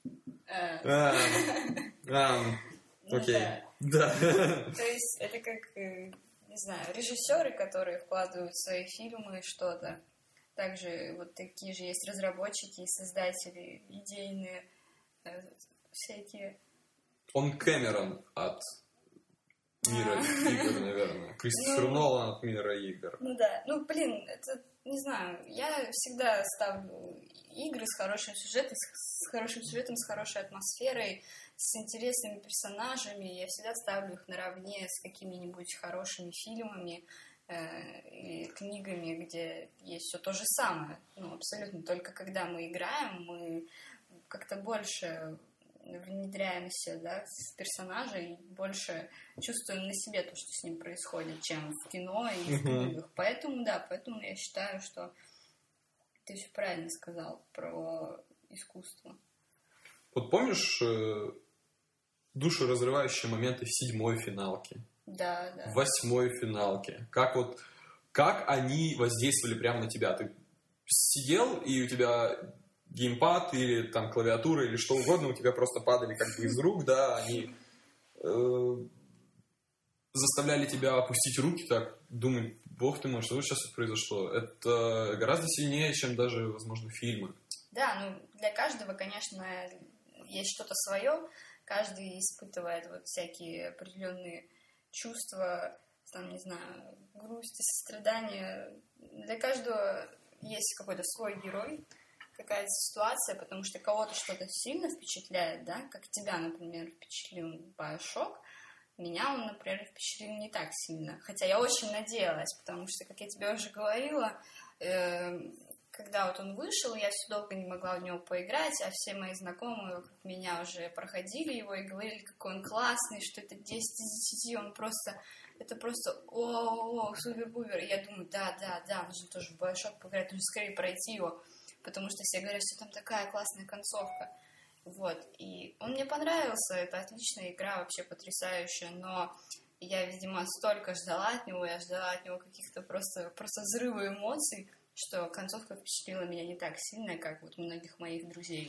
Окей. Да. То есть это как, не знаю, режиссеры, которые вкладывают в свои фильмы что-то. Также вот такие же есть разработчики и создатели, идейные, всякие... Он Кэмерон от мира игр, наверное. Кристофер Нолан от мира игр. Ну да. Ну, блин, это, не знаю, я всегда ставлю игры с хорошим сюжетом, с хорошей атмосферой, с интересными персонажами. Я всегда ставлю их наравне с какими-нибудь хорошими фильмами или книгами, где есть все то же самое. Ну, абсолютно. Только когда мы играем, мы как-то больше внедряемся, да, с персонажа и больше чувствуем на себе то, что с ним происходит, чем в кино и в книгах. Поэтому я считаю, что ты все правильно сказал про искусство. Вот помнишь душеразрывающие моменты в 7-й финалке? Да. В 8-й финалке. Как они воздействовали прямо на тебя? Ты сидел, и у тебя геймпад или там клавиатура или что угодно у тебя просто падали как бы из рук, да, они заставляли тебя опустить руки, так, думать, Бог ты мой, что сейчас произошло? Это гораздо сильнее, чем даже, возможно, фильмы. Да, ну, для каждого, конечно, есть что-то свое. Каждый испытывает вот всякие определенные чувства, там, не знаю, грусти, сострадания. Для каждого есть какой-то свой герой, какая-то ситуация, потому что кого-то что-то сильно впечатляет, да, как тебя, например, впечатлил BioShock. Меня он, например, впечатлил не так сильно. Хотя я очень надеялась, потому что, как я тебе уже говорила, когда вот он вышел, я все долго не могла в него поиграть, а все мои знакомые вокруг меня уже проходили его и говорили, какой он классный, что это 10 из 10, он просто, это просто супер-пупер. И я думаю, да, нужно тоже в BioShock поиграть, нужно скорее пройти его, потому что все говорят, что там такая классная концовка. Вот, и он мне понравился, это отличная игра, вообще потрясающая, но я, видимо, столько ждала от него, я ждала от него каких-то просто взрыва эмоций, что концовка впечатлила меня не так сильно, как вот многих моих друзей.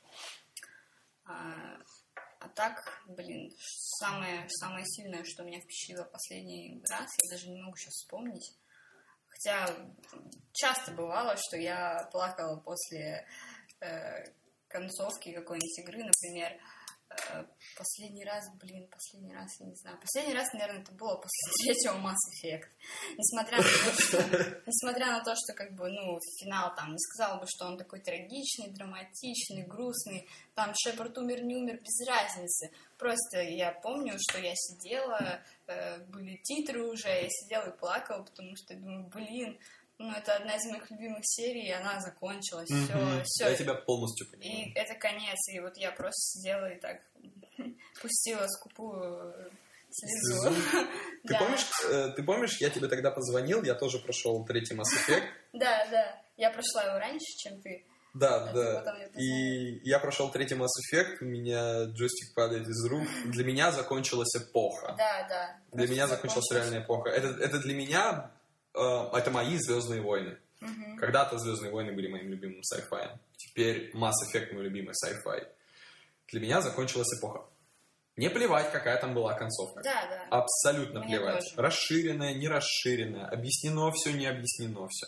А так, блин, самое сильное, что меня впечатлило последний раз, я даже не могу сейчас вспомнить. Хотя часто бывало, что я плакала после концовки какой-нибудь игры, например, последний раз, я не знаю. Последний раз, наверное, это было после третьего Mass Effect. Несмотря на то, что как бы, ну, финал там не сказала бы, что он такой трагичный, драматичный, грустный. Там Шепард умер, не умер, без разницы. Просто я помню, что я сидела, были титры уже, я сидела и плакала, потому что думаю, блин, ну, это одна из моих любимых серий, и она закончилась. Все. Я тебя полностью понимаю. И это конец. И вот я просто сидела и так пустила скупую слезу. Ты помнишь, я тебе тогда позвонил, я тоже прошел третий Mass Effect. Да. Я прошла его раньше, чем ты. Да. И я прошел третий Mass Effect, у меня джойстик падает из рук. Для меня закончилась эпоха. Да. Для меня закончилась реальная эпоха. Это для меня... Это мои «Звездные войны». Когда-то «Звездные войны» были моим любимым sci-fi. Теперь Mass Effect мой любимый sci-fi. Для меня закончилась эпоха. Не плевать, какая там была концовка. Да. Абсолютно Мне плевать. тоже. Расширенная, не расширенная. Объяснено все, не объяснено все.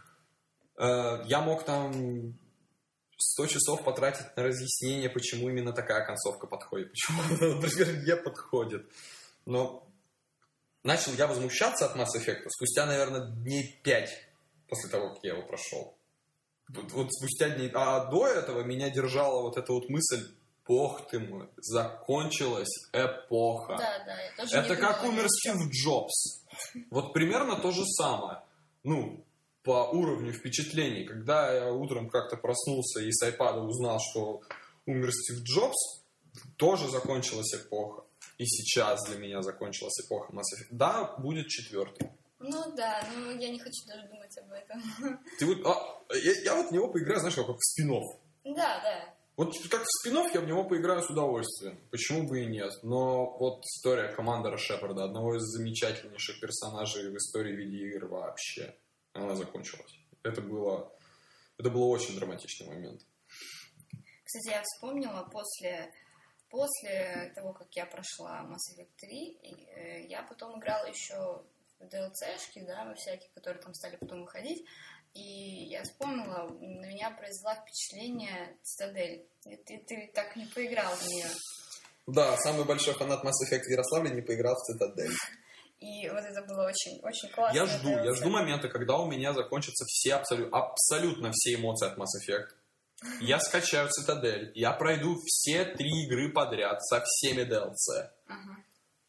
Я мог там 100 часов потратить на разъяснение, почему именно такая концовка подходит. Почему она, например, не подходит. Но... Начал я возмущаться от Mass Effect спустя, наверное, дней 5 после того, как я его прошел. Вот спустя дней... А до этого меня держала вот эта вот мысль, бог ты мой, закончилась эпоха. Да, я тоже это не как думала умер ни о чем. Стив Джобс. Вот примерно то же самое. Ну, по уровню впечатлений. Когда я утром как-то проснулся и с iPad узнал, что умер Стив Джобс, тоже закончилась эпоха. И сейчас для меня закончилась эпоха Mass Effect. Да, будет 4. Ну да, я не хочу даже думать об этом. Ты вот, я вот в него поиграю, знаешь, как в спин-офф. Да. Вот как в спин-офф я в него поиграю с удовольствием. Почему бы и нет? Но вот история командора Шепарда, одного из замечательнейших персонажей в истории видеоигр вообще, она закончилась. Это было очень драматичный момент. Кстати, я вспомнила после того, как я прошла Mass Effect 3, я потом играла еще в DLC-шки, да, во всякие, которые там стали потом выходить, и я вспомнила, на меня произвела впечатление Цитадель. Ты так не поиграл в нее. Да, самый большой фанат Mass Effect в Ярославле не поиграл в Цитадель. И вот это было очень, очень классно. Я жду момента, когда у меня закончатся все, абсолютно все эмоции от Mass Effect. Я скачаю Цитадель, я пройду все 3 игры подряд со всеми DLC. Ага.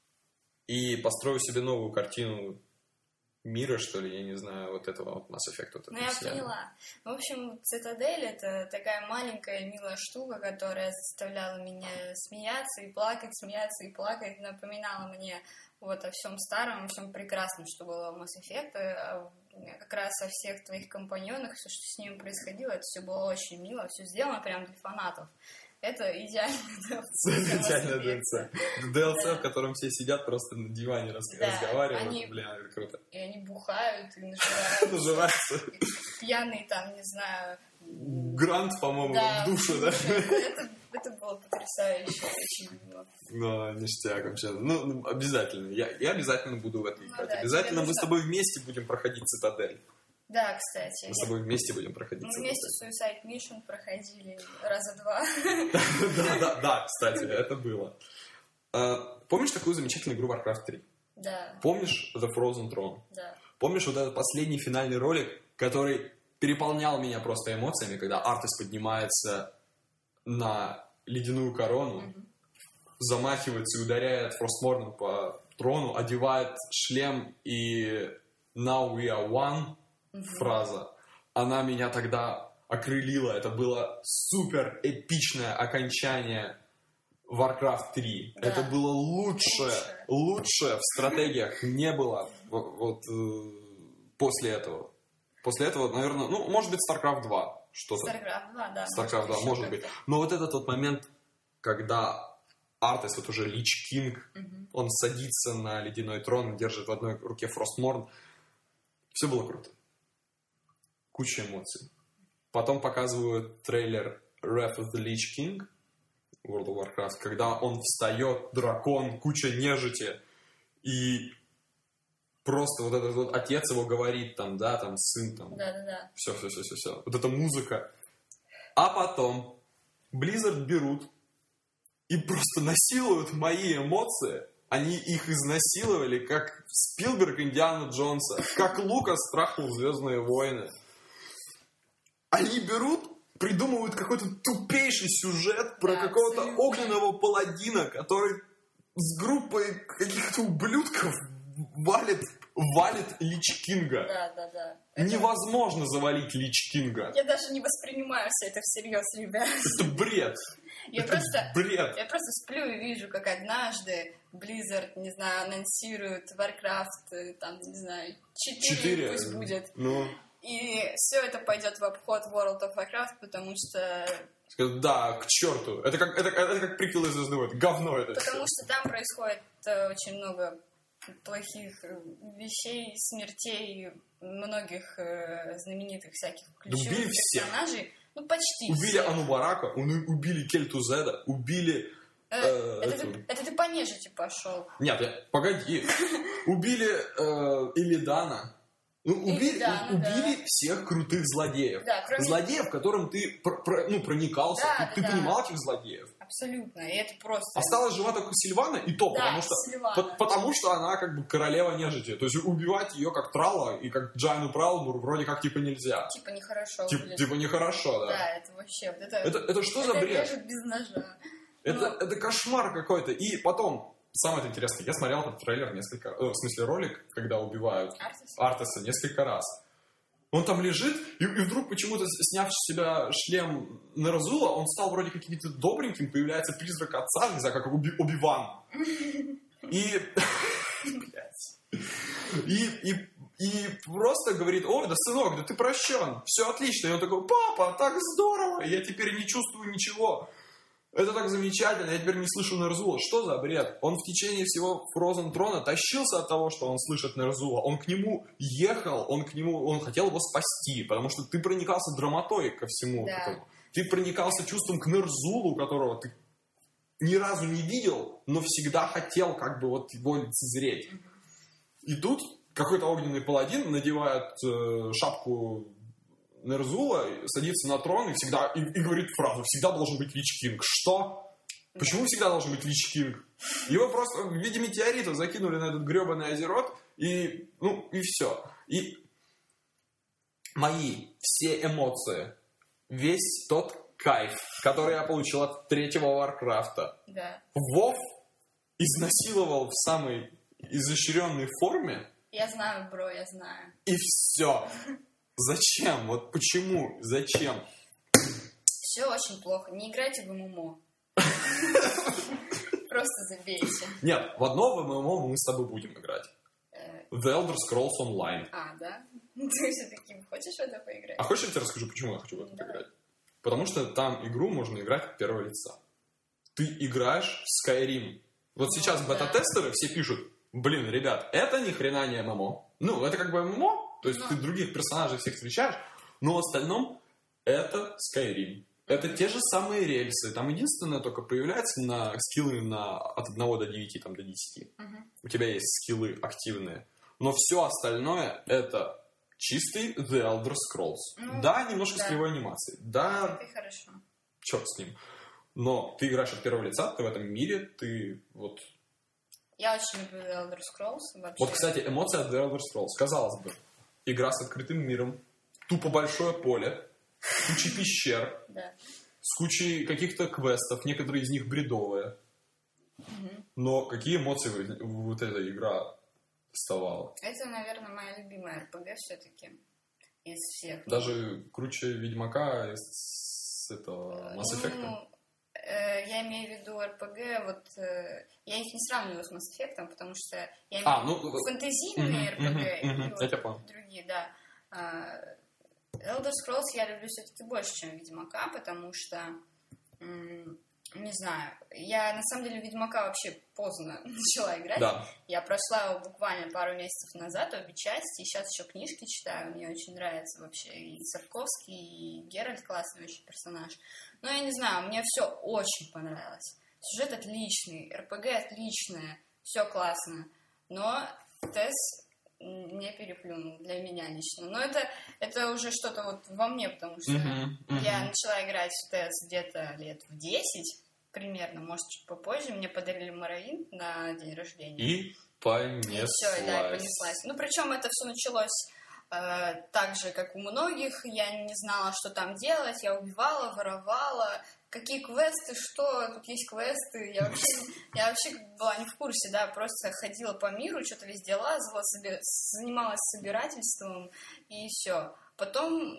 И построю себе новую картину мира, что ли, я не знаю, вот этого вот Mass Effect. Вот я поняла. В общем, Цитадель — это такая маленькая милая штука, которая заставляла меня смеяться и плакать, напоминала мне вот о всем старом, о всем прекрасном, что было в Mass Effect, как раз о всех твоих компаньонах, все, что с ними происходило, это все было очень мило, все сделано прям для фанатов. это идеальный DLC. Это идеальный DLC. DLC, в котором все сидят просто на диване разговаривают. Блин, это круто. И они бухают и нажираются. Пьяные там, не знаю... Грант, по-моему, в душу, да? Это было потрясающе, очень мило. Ну, ништяк вообще. Ну, обязательно. Я обязательно буду в это играть. Обязательно мы с тобой вместе будем проходить Цитадель. Да, кстати. Мы с тобой вместе будем проходить. Мы вместе Suicide Mission проходили раза 2. Да, кстати, это было. Помнишь такую замечательную игру Warcraft 3? Да. Помнишь The Frozen Throne? Да. Помнишь вот этот последний финальный ролик, который переполнял меня просто эмоциями, когда Артес поднимается на ледяную корону, замахивается и ударяет Фростморном по трону, одевает шлем и «Now we are one» фраза. Она меня тогда окрылила. Это было супер эпичное окончание Warcraft 3. Да. Это было лучше в стратегиях не было вот после этого. После этого, наверное, ну, может быть, StarCraft 2 что-то. StarCraft 2, да. StarCraft 2, может быть. Но вот этот вот момент, когда Артес, вот уже Лич Кинг, он садится на ледяной трон, держит в одной руке Фростморн. Все было круто. Куча эмоций. Потом показывают трейлер Wrath of the Lich King World of Warcraft, когда он встает, дракон, куча нежити, и просто вот этот вот отец его говорит, там, да, там, сын, там. Да. Все. Вот эта музыка. А потом Blizzard берут и просто насилуют мои эмоции. Они их изнасиловали, как Спилберг Индиана Джонса, как Лукас трахнул «Звездные войны». Они берут, придумывают какой-то тупейший сюжет про какого-то огненного паладина, который с группой каких-то ублюдков валит Лич Кинга. Да. Невозможно завалить Лич Кинга. Я даже не воспринимаю все это всерьез, ребят. Это бред. Я просто сплю и вижу, как однажды Blizzard, не знаю, анонсирует Warcraft, там, не знаю, 4 пусть будет. Ну... И все это пойдет в обход World of Warcraft, потому что... Да, к черту. Это как приквел из «Звездных войн». Говно это Потому что там происходит очень много плохих вещей, смертей многих знаменитых всяких ключевых персонажей. Ну, почти убили Анубарака, убили Кельтузеда, убили... Это ты по нежити пошел. Нет, погоди. Убили Илидана. Убили всех крутых злодеев. Да, злодеев, которым ты проникался. Ты понимал этих злодеев. Абсолютно. И это просто... Осталась жива только Сильвана, и то, потому что она как бы королева нежити. То есть убивать ее как Трала и как Джайну Пралмур вроде как типа нельзя. Типа нехорошо. Типа нехорошо, да. Да, это вообще... Это что за бред? Это без ножа. Это кошмар какой-то. И потом... Самое интересное, я смотрел этот трейлер ролик, когда убивают Артеса несколько раз. Он там лежит, и вдруг почему-то, сняв с себя шлем Нерзула, он стал вроде каким-то добреньким, появляется призрак отца, не знаю, как Оби-Ван. И просто говорит: ой, да сынок, да ты прощен, все отлично. И он такой: папа, так здорово, я теперь не чувствую ничего. Это так замечательно, я теперь не слышу Нерзула. Что за бред? Он в течение всего Frozen Throne тащился от того, что он слышит Нерзула. Он к нему ехал, он хотел его спасти, потому что ты проникался драмотой ко всему этому. Ты проникался чувством к Нерзулу, которого ты ни разу не видел, но всегда хотел как бы вот его лицезреть. И тут какой-то огненный паладин надевает шапку Нерзула, садится на трон и говорит фразу: всегда должен быть Лич Кинг. Что? Почему всегда должен быть Лич Кинг? Его просто в виде метеорита закинули на этот гребаный Азерот, и все. И мои все эмоции, весь тот кайф, который я получил от третьего Варкрафта, Вов изнасиловал в самой изощренной форме. Я знаю, бро, я знаю. И все. Зачем? Вот почему? Зачем? Все очень плохо. Не играйте в ММО. Просто забейте. Нет, в одно в ММО мы с тобой будем играть. The Elder Scrolls Online. А, да? Ты все-таки хочешь в это поиграть? А хочешь, я тебе расскажу, почему я хочу в это поиграть? Потому что там игру можно играть от первого лица. Ты играешь в Skyrim. Вот сейчас бета-тестеры все пишут, блин, ребят, это ни хрена не ММО. Ну, это как бы ММО, то есть ты других персонажей всех встречаешь, но в остальном это Skyrim. Это те же самые рельсы. Там единственное только появляется на скиллы от 1 до 9, там, до 10. У тебя есть скиллы активные. Но все остальное это чистый The Elder Scrolls. Да, немножко с кривой анимацией. Да, это хорошо. Черт с ним. Но ты играешь от первого лица, ты в этом мире, ты вот... Я очень люблю The Elder Scrolls. Вообще. Вот, кстати, эмоция от The Elder Scrolls. Казалось бы, игра с открытым миром, тупо большое поле, куча пещер, с кучей каких-то квестов, некоторые из них бредовые. Но какие эмоции вот эта игра доставала? Это, наверное, моя любимая RPG все-таки из всех. Даже круче Ведьмака с этого Mass Effect? Я имею в виду RPG, вот я их не сравниваю с Mass Effect, потому что я имею в виду фэнтезийные RPG и вот другие, да. Elder Scrolls я люблю все-таки больше, чем Ведьмака, потому что, не знаю, я на самом деле Ведьмака вообще поздно начала играть. Да. Я прошла его буквально пару месяцев назад, обе части, и сейчас еще книжки читаю, мне очень нравится вообще и Сапковский, и Геральт классный очень персонаж. Но я не знаю, мне все очень понравилось. Сюжет отличный, РПГ отличная, все классно, но ТЭС не переплюнул для меня лично. Но это уже что-то вот во мне, потому что я начала играть в ТЭС где-то лет в 10 примерно, может, чуть попозже. Мне подарили Моровин на день рождения. И понеслась. И все, да, и понеслась. Ну, причем это все началось так же, как у многих. Я не знала, что там делать. Я убивала, воровала. Какие квесты, что? Тут есть квесты. Я вообще была не в курсе, да, просто ходила по миру, что-то везде лазала, занималась собирательством, и все. Потом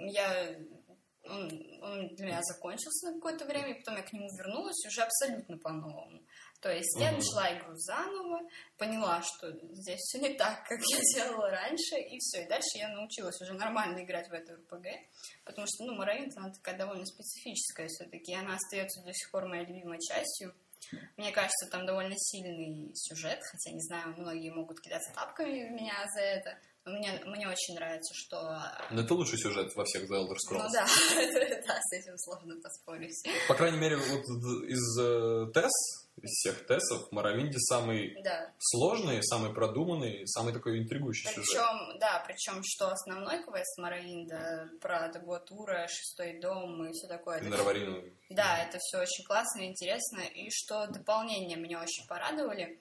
он для меня закончился на какое-то время, и потом я к нему вернулась уже абсолютно по-новому. То есть я начала игру заново, поняла, что здесь все не так, как я делала раньше, и все. И дальше я научилась уже нормально играть в эту РПГ, потому что, Моровин, она такая довольно специфическая все-таки, и она остается до сих пор моей любимой частью. Мне кажется, там довольно сильный сюжет, хотя, не знаю, многие могут кидаться тапками в меня за это. Мне очень нравится, что... Но это лучший сюжет во всех The Elder Scrolls. Ну да, с этим сложно поспорить. По крайней мере, вот из ТЭС, из всех ТЭСов, Моровинде самый сложный, самый продуманный, самый такой интригующий сюжет. Причем, что основной квест Моровинда про Дагуатура, Шестой дом и все такое. И Нарварину. Да, это все очень классно и интересно. И что дополнения меня очень порадовали.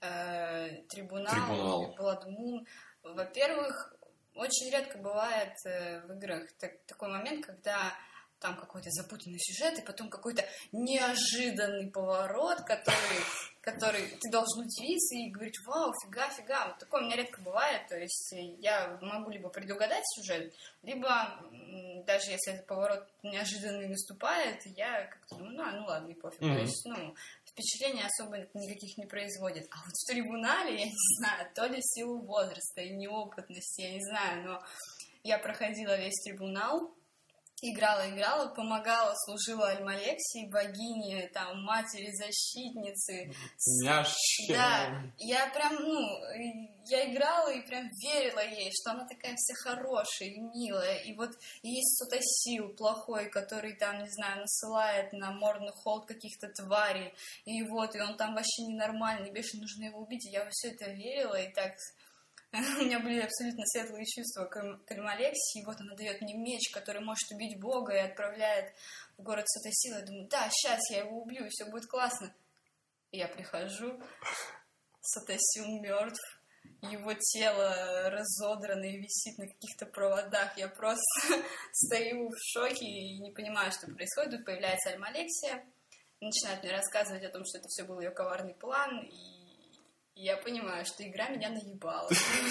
Трибунал. Blood Moon. Во-первых, очень редко бывает в играх такой момент, когда там какой-то запутанный сюжет, и потом какой-то неожиданный поворот, который ты должен удивиться и говорить: вау, фига. Вот такое у меня редко бывает, то есть я могу либо предугадать сюжет, либо даже если этот поворот неожиданный наступает, я как-то думаю, ну ладно, и пофиг. То есть, впечатления особо никаких не производит. А вот в трибунале, я не знаю, то ли в силу возраста и неопытности, я не знаю, но я проходила весь трибунал, играла, помогала, служила Альмалексии, богине, там, матери-защитницы. Няшки. Да, я прям, я играла и прям верила ей, что она такая вся хорошая и милая, и вот есть Сотосил плохой, который там, не знаю, насылает на Мордный холд каких-то тварей, и он там вообще ненормальный, бешено нужно его убить, и я во все это верила, и так... У меня были абсолютно светлые чувства к Альмалексии, и вот она дает мне меч, который может убить Бога, и отправляет в город Сотосил. Я думаю, да, сейчас я его убью, и все будет классно. И я прихожу, Сотосил мертв, его тело разодрано и висит на каких-то проводах. Я просто стою в шоке и не понимаю, что происходит. Тут появляется Альмалексия, начинает мне рассказывать о том, что это все был ее коварный план, и я понимаю, что игра меня наебала.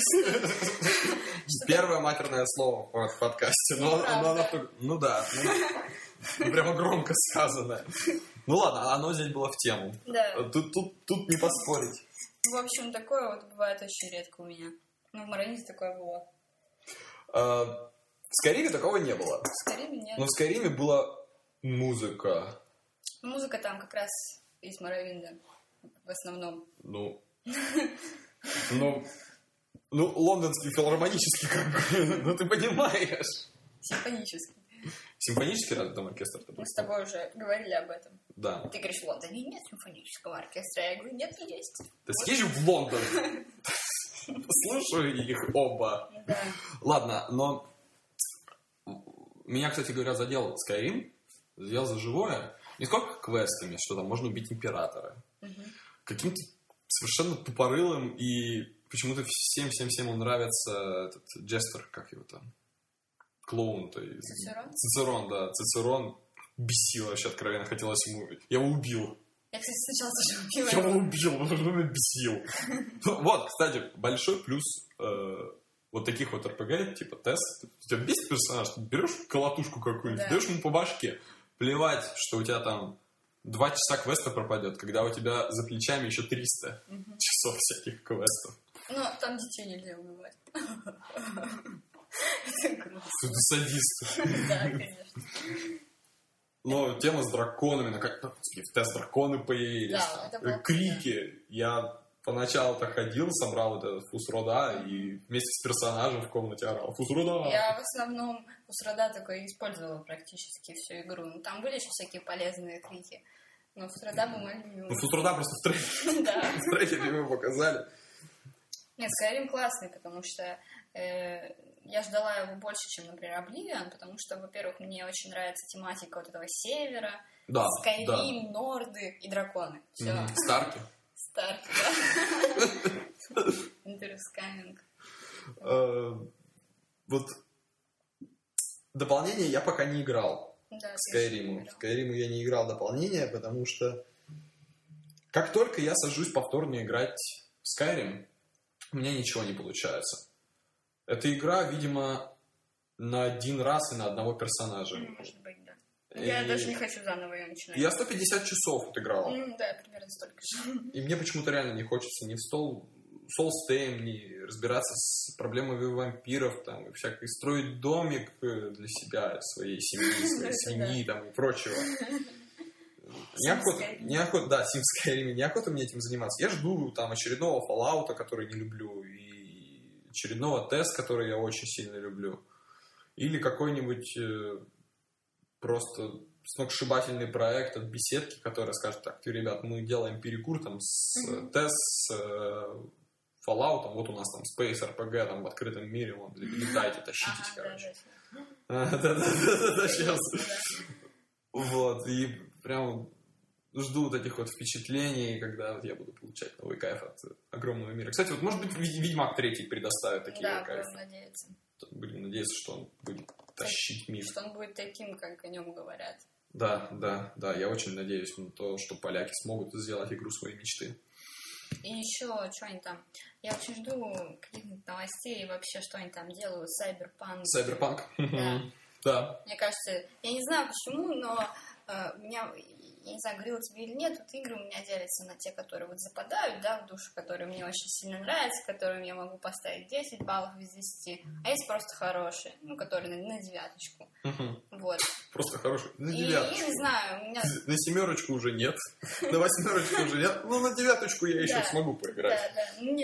Первое матерное слово в подкасте. Ну да. Прямо громко сказано. Ну ладно, оно здесь было в тему. Да. Тут не поспорить. В общем, такое вот бывает очень редко у меня. В Моровинде такое было. В Скайриме такого не было. В Скайриме нет. Но в Скайриме было Музыка. Музыка там как раз из Моровинда в основном. Лондонский филармонический, ну ты понимаешь. Симфонический. Симфонический разве там оркестр? Мы с тобой уже говорили об этом. Да. Ты говоришь, в Лондоне нет симфонического оркестра. Я говорю, нет, есть. Ты съезжу в Лондон. Слушаю их оба. Да. Ладно, но меня, кстати говоря, задел Skyrim, задел за живое. Не сколько квестами, что там можно убить императора. Каким-то совершенно тупорылым и почему-то всем он нравится этот Джестер, как его там, клоун-то. Цицерон? Цицерон бесил вообще откровенно, хотелось ему... Я его убил. Я, кстати, сначала тоже убила. Я его убил, потому что он меня бесил. Вот, кстати, большой плюс вот таких вот РПГ, типа тест. У тебя бесит персонаж, ты берешь колотушку какую-нибудь, даешь ему по башке, плевать, что у тебя там 2 часа квеста пропадет, когда у тебя за плечами еще 300 часов всяких квестов. Ну, там детей нельзя убивать. Это грустно. Ты садист. Да, конечно. Но тема с драконами, в тест драконы появились. Да, это было крики. Я поначалу-то ходил, собрал вот этот Фусрода и вместе с персонажем в комнате орал. Фусрода! Я в основном Фусрода такой использовала практически всю игру. Ну, там были еще всякие полезные крики. Но Фусрода был мой любимый. Ну, Фусрода просто в трейлере. Да. В трейлере его показали. Нет, Skyrim классный, потому что я ждала его больше, чем, например, Oblivion, потому что, во-первых, мне очень нравится тематика вот этого севера, Skyrim, Норды и драконы. Все. Старки. Старки, да. Интерскаминг. Вот дополнение я пока не играл. Да, Skyrim. Skyrim я не играл дополнение, потому что как только я сажусь повторно играть в Skyrim, у меня ничего не получается. Эта игра, видимо, на один раз и на одного персонажа. Может быть, да. Я даже не хочу заново ее начинать. Я 150 часов отыграл. Да, примерно столько же. И мне почему-то реально не хочется ни в Soulstorm, ни разбираться с проблемами вампиров, там, и всякой строить домик для себя, своей семьи, своей свиньи там, и прочего. Неохота, да, Sims Skyrim, неохота мне этим заниматься. Я жду там очередного Fallout, который не люблю, и очередного тест, который я очень сильно люблю. Или какой-нибудь просто сногсшибательный проект от беседки, который скажет, так, ребят, мы делаем перекур там с тест, с Fallout, вот у нас там Space RPG там в открытом мире, вон, летайте, тащитесь, короче. Да, сейчас. Вот, и прям жду вот этих вот впечатлений, когда вот я буду получать новый кайф от огромного мира. Кстати, вот, может быть, Ведьмак 3 предоставит такие кайфы. Да, будем надеяться. Будем надеяться, что он будет тащить мир. Что он будет таким, как о нем говорят. Да, я очень надеюсь на то, что поляки смогут сделать игру своей мечты. И еще, что они там... Я очень жду каких-нибудь новостей, вообще, что они там делают, Cyberpunk. Да. Да. Мне кажется, я не знаю почему, но у меня, я не знаю, говорила тебе или нет, вот игры у меня делятся на те, которые вот западают, да, в душу, которые мне очень сильно нравятся, которым я могу поставить 10 баллов из 10, а есть просто хорошие, ну, которые на 9. Вот. Просто хорошие. На 9. И я не знаю, у меня... На 7 уже нет, на 8 уже нет, но на 9 я еще смогу поиграть. Да. Не,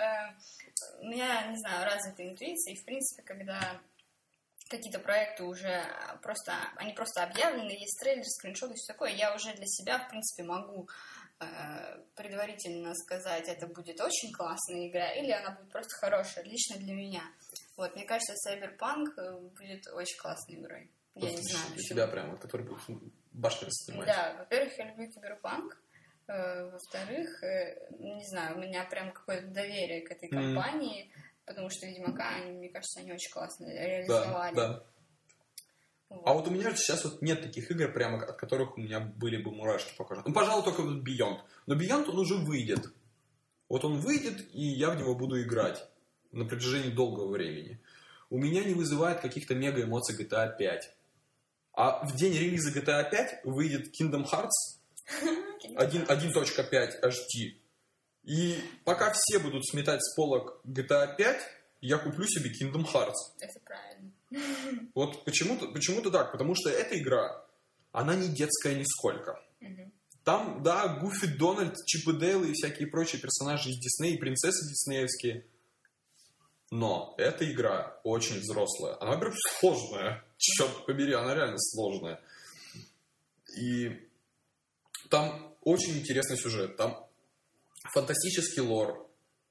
у меня, не знаю, развитая интуиция, и, в принципе, когда... какие-то проекты уже они просто объявлены, есть трейлер, скриншоты и все такое, я уже для себя, в принципе, могу предварительно сказать, это будет очень классная игра, или она будет просто хорошая, лично для меня. Вот, мне кажется, Cyberpunk будет очень классной игрой. Я не знаю, для тебя прямо, который будет башню снимать. Да, во-первых, я люблю Киберпанк, во-вторых, не знаю, у меня прям какое-то доверие к этой компании, потому что Ведьмака, мне кажется, они очень классно реализовали. Да. Вот. А вот у меня сейчас вот нет таких игр, прямо от которых у меня были бы мурашки по коже. Ну, пожалуй, только вот Beyond. Но Beyond, он уже выйдет. Вот он выйдет, и я в него буду играть на протяжении долгого времени. У меня не вызывает каких-то мега эмоций GTA 5. А в день релиза GTA 5 выйдет Kingdom Hearts 1.5 HD. И пока все будут сметать с полок GTA 5, я куплю себе Kingdom Hearts. Это правильно. Вот почему-то так, потому что эта игра, она не детская нисколько. Там, да, Гуфи, Дональд, Чип и Дейл и всякие прочие персонажи из Диснея, и принцессы диснеевские. Но эта игра очень взрослая. Она прям сложная. Черт побери, она реально сложная. И там очень интересный сюжет. Там фантастический лор.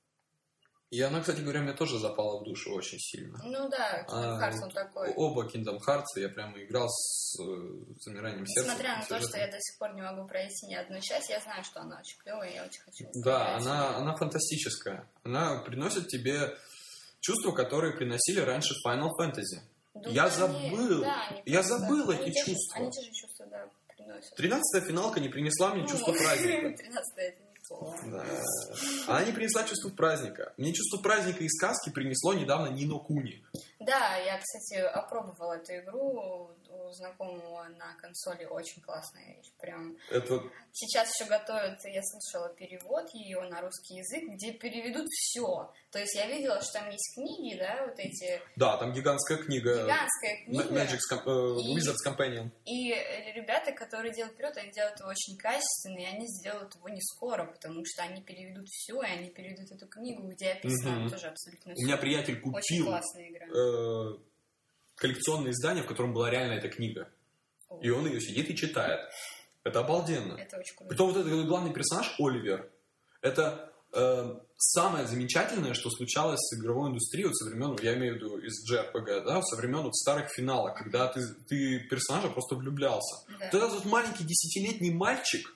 И она, кстати говоря, мне тоже запала в душу очень сильно. Ну да, Kingdom Hearts он такой. Оба Kingdom Hearts я прямо играл с замиранием сердца. Несмотря на то, что я до сих пор не могу пройти ни одну часть, я знаю, что она очень клевая, и я очень хочу. Да, она фантастическая. Она приносит тебе чувства, которые приносили раньше Final Fantasy. Думаю, я забыл эти чувства. Они те же чувства, да, приносят. 13-я финалка не принесла мне чувство праздника. 13-я это не то. Да. Она не принесла чувство праздника. Мне чувство праздника и сказки принесло недавно Нино Куни. Да, я, кстати, опробовала эту игру у знакомого на консоли. Очень классная вещь. Прям. Это... Сейчас еще готовят, я слышала перевод ее на русский язык, где переведут все. То есть я видела, что там есть книги, да, вот эти... Да, там гигантская книга. Magic Wizard's Companion. И ребята, которые делают перевод, они делают его очень качественно, и они сделают его не скоро, потому что они переведут все, и они переведут эту книгу, где описано тоже абсолютно все. У меня приятель купил очень классная игра. Коллекционное издание, в котором была реально эта книга. И он ее сидит и читает. Это обалденно. Это очень круто. Притом вот этот главный персонаж, Оливер, это самое замечательное, что случалось с игровой индустрией вот со времен, я имею в виду из JRPG, да, со времен вот старых финалок, когда ты персонажа просто влюблялся. Да. Вот этот вот маленький 10-летний мальчик,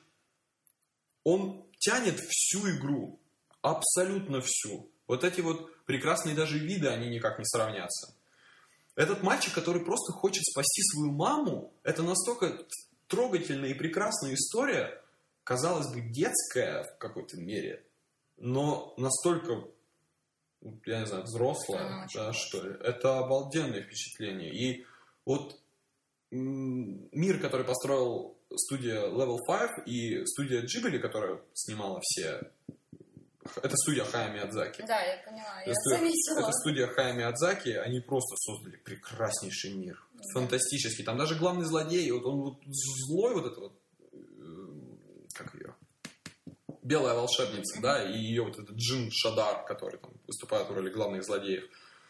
он тянет всю игру. Абсолютно всю. Вот эти вот прекрасные даже виды, они никак не сравнятся. Этот мальчик, который просто хочет спасти свою маму, это настолько трогательная и прекрасная история, казалось бы, детская в какой-то мере, но настолько, я не знаю, взрослая, да, что ли. Это обалденное впечатление. И вот мир, который построил студия Level 5 и студия Ghibli, которая снимала все... Это студия Хаяо Миядзаки. Да, я поняла, я заметила. Это студия Хаяо Миядзаки, они просто создали прекраснейший мир. Да. Фантастический. Там даже главный злодей, вот он вот злой, вот это вот, как ее? Белая волшебница, да, и ее вот этот Джин Шадар, который там выступает в роли главных злодеев.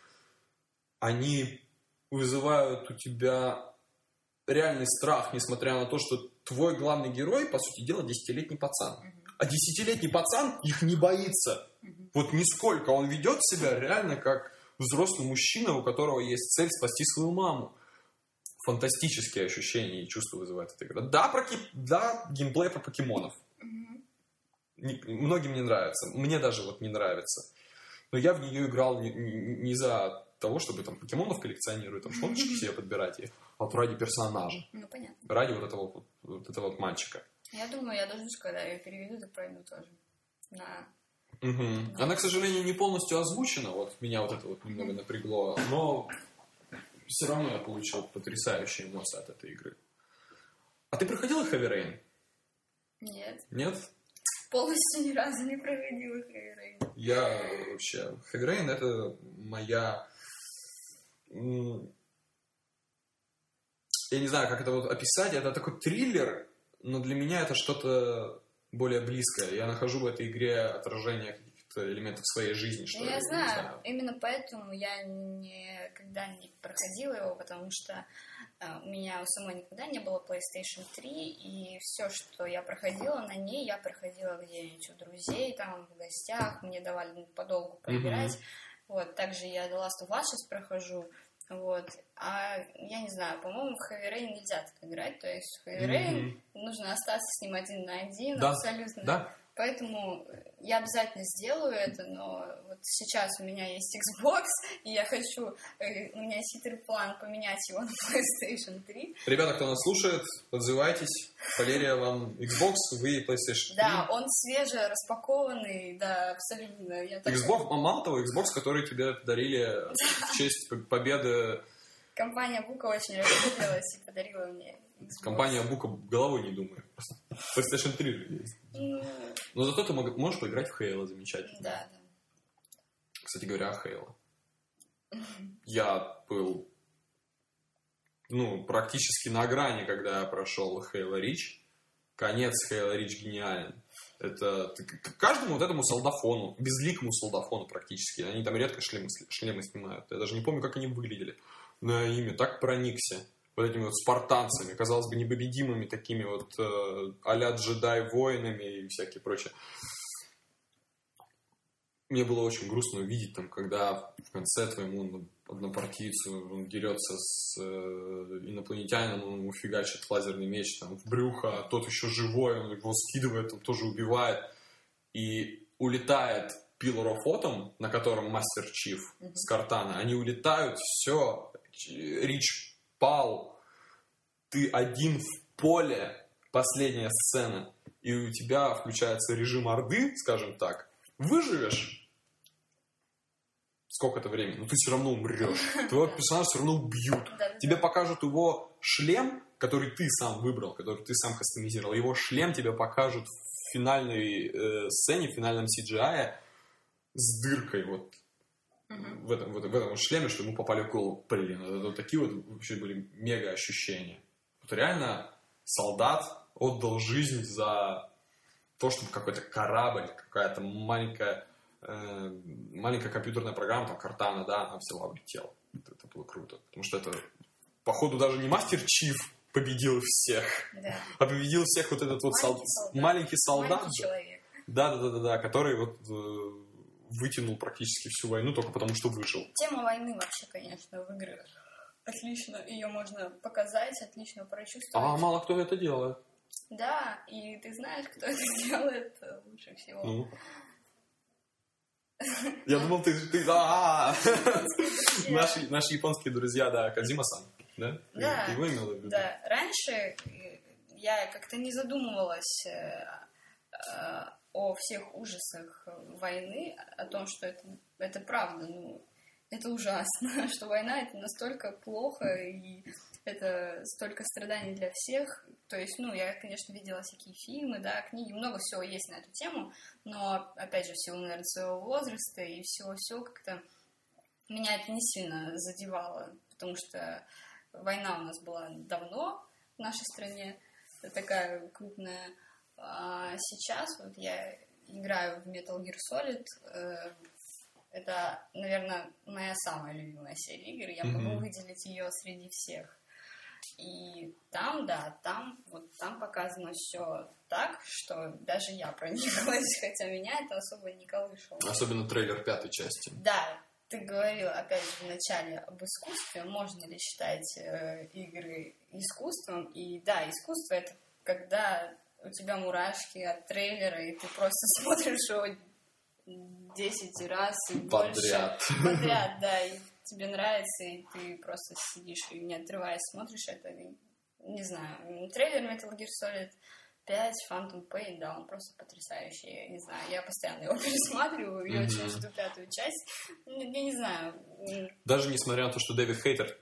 Они вызывают у тебя реальный страх, несмотря на то, что твой главный герой, по сути дела, 10-летний пацан. А 10-летний пацан их не боится. Вот нисколько. Он ведет себя реально как взрослый мужчина, у которого есть цель спасти свою маму. Фантастические ощущения и чувства вызывает эта игра. Да, геймплей про покемонов. Многим не нравится. Мне даже вот не нравится. Но я в нее играл не за того, чтобы там покемонов коллекционировать, там шмоточки себе подбирать, а вот ради персонажа. Ну, понятно. Ради вот этого мальчика. Я думаю, я дождусь, когда ее переведут и пройду тоже. Да. Она, к сожалению, не полностью озвучена. Вот меня вот это вот немного напрягло. Но все равно я получил потрясающие эмоции от этой игры. А ты проходила Heavy Rain? Нет. Нет? Полностью ни разу не проходила Heavy Rain. Я вообще... Heavy Rain это моя... Я не знаю, как это вот описать. Это такой триллер, но для меня это что-то более близкое. Я нахожу в этой игре отражение каких-то элементов своей жизни. Что я знаю. Именно поэтому я никогда не проходила его, потому что у меня у самой никогда не было PlayStation 3, и все, что я проходила на ней, я проходила где-нибудь у друзей, там, в гостях, мне давали подолгу поиграть. Вот, также я The Last of Us сейчас прохожу. Вот. А я не знаю, по-моему, в Heavy Rain нельзя так играть. То есть в Heavy Rain нужно остаться с ним один на один, да, абсолютно. Да. Поэтому я обязательно сделаю это, но вот сейчас у меня есть Xbox, и я хочу... У меня есть хитрый план поменять его на PlayStation 3. Ребята, кто нас слушает, отзывайтесь. Валерия, вам Xbox, вы PlayStation 3. Да, он свеже распакованный, да, абсолютно. Xbox, мало того, Xbox, который тебе подарили в честь победы... Компания Бука очень расстроилась и подарила мне Xbox. Компания Бука головой не думает. PlayStation 3 же есть. Но зато ты можешь поиграть в Halo замечательно. Да. Кстати говоря, о Halo. Я был практически на грани, когда я прошел Halo Reach. Конец Halo Reach гениален. Это каждому вот этому солдафону, безликому солдафону практически, они там редко шлемы снимают. Я даже не помню, как они выглядели. Но я ими так проникся. Вот этими вот спартанцами, казалось бы, непобедимыми такими вот а-ля джедай-воинами и всякие прочее. Мне было очень грустно увидеть, там, когда в конце твоему однопартийцу он дерется с инопланетянином, он ему фигачит лазерный меч там, в брюхо, а тот еще живой, он его скидывает, он тоже убивает. И улетает Pillar of Autumn, на котором Мастер Чиф с Кортана. Они улетают, все, Рич пал, ты один в поле, последняя сцена, и у тебя включается режим Орды, скажем так. Выживешь сколько-то времени, но ты все равно умрешь. Твоего персонажа все равно убьют. Тебе покажут его шлем, который ты сам выбрал, который ты сам кастомизировал. Его шлем тебе покажут в финальной сцене, в финальном CGI с дыркой вот в этом шлеме, что ему попали в голову. Блин, это такие вот вообще были мега ощущения. Вот реально солдат отдал жизнь за то, чтобы какой-то корабль, какая-то маленькая компьютерная программа, там, Кортана, да, она взяла, улетела. Это было круто. Потому что это, походу, даже не Мастер Чиф победил всех, а победил всех вот этот вот маленький солдат. Маленький человек. Да, который вот вытянул практически всю войну только потому, что выжил. Тема войны вообще, конечно, в играх. Отлично, ее можно показать, отлично прочувствовать. А мало кто это делает. Да, и ты знаешь, кто это делает лучше всего. Ну. Я думал, ты... Наши японские друзья, да, Кодзима-сан, да? Да, ты его имела в виду? Да. Раньше я как-то не задумывалась о всех ужасах войны, о том, что это правда, это ужасно, что война это настолько плохо, и это столько страданий для всех. То есть, я, конечно, видела всякие фильмы, да, книги, много всего есть на эту тему, но, опять же, в силу, наверное, своего возраста и всего как-то меня это не сильно задевало, потому что война у нас была давно в нашей стране, такая крупная. А сейчас вот я играю в Metal Gear Solid. Это, наверное, моя самая любимая серия игр. Я могу выделить ее среди всех. И там показано все так, что даже я прониклась, хотя меня это особо не колышало. Особенно трейлер 5-й части. Да, ты говорил, опять же, в начале об искусстве. Можно ли считать игры искусством? И да, искусство — это когда у тебя мурашки от трейлера, и ты просто смотришь его 10 раз и подряд. Подряд, да, и тебе нравится, и ты просто сидишь и не отрываясь смотришь это. И, не знаю, трейлер Metal Gear Solid 5, Phantom Pain, да, он просто потрясающий. Я не знаю, я постоянно его пересматриваю, и очень жду 5-ю часть. Я не знаю. Даже несмотря на то, что Дэвид Хейтер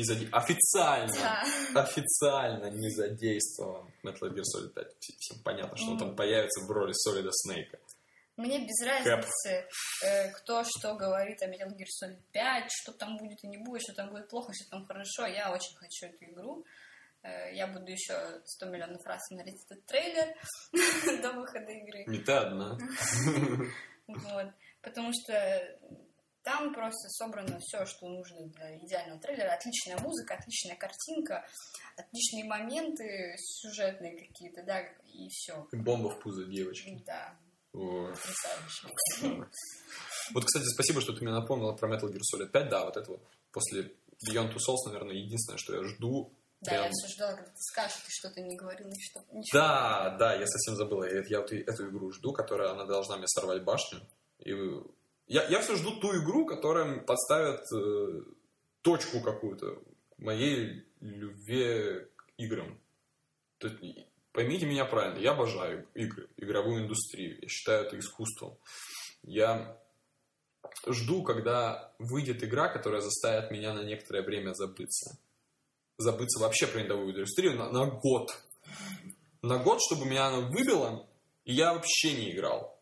официально не задействован в Metal Gear Solid 5. Всем понятно, что он там появится в роли Солида Снейка. Мне без разницы, кто что говорит о Metal Gear Solid 5, что там будет и не будет, что там будет плохо, что там хорошо. Я очень хочу эту игру. Я буду еще 100 миллионов раз смотреть этот трейлер до выхода игры. Не ты одна. Вот. Потому что там просто собрано все, что нужно для идеального трейлера. Отличная музыка, отличная картинка, отличные моменты сюжетные какие-то, да, и все. Бомба в пузо девочки. Да. Потрясающе. Вот, кстати, спасибо, что ты мне напомнила про Metal Gear Solid 5. Да, вот это вот после Beyond Two Souls, наверное, единственное, что я жду. Да, прям... я все ждала, когда ты скажешь, ты что-то не говорил, ничего. Да, я совсем забыла. Я вот эту игру жду, которая она должна мне сорвать башню. И я все жду ту игру, которая подставит точку какую-то моей любви к играм. То есть, поймите меня правильно, я обожаю игры, игровую индустрию. Я считаю это искусством. Я жду, когда выйдет игра, которая заставит меня на некоторое время забыться. Забыться вообще про игровую индустрию на год. На год, чтобы меня она выбила, и я вообще не играл.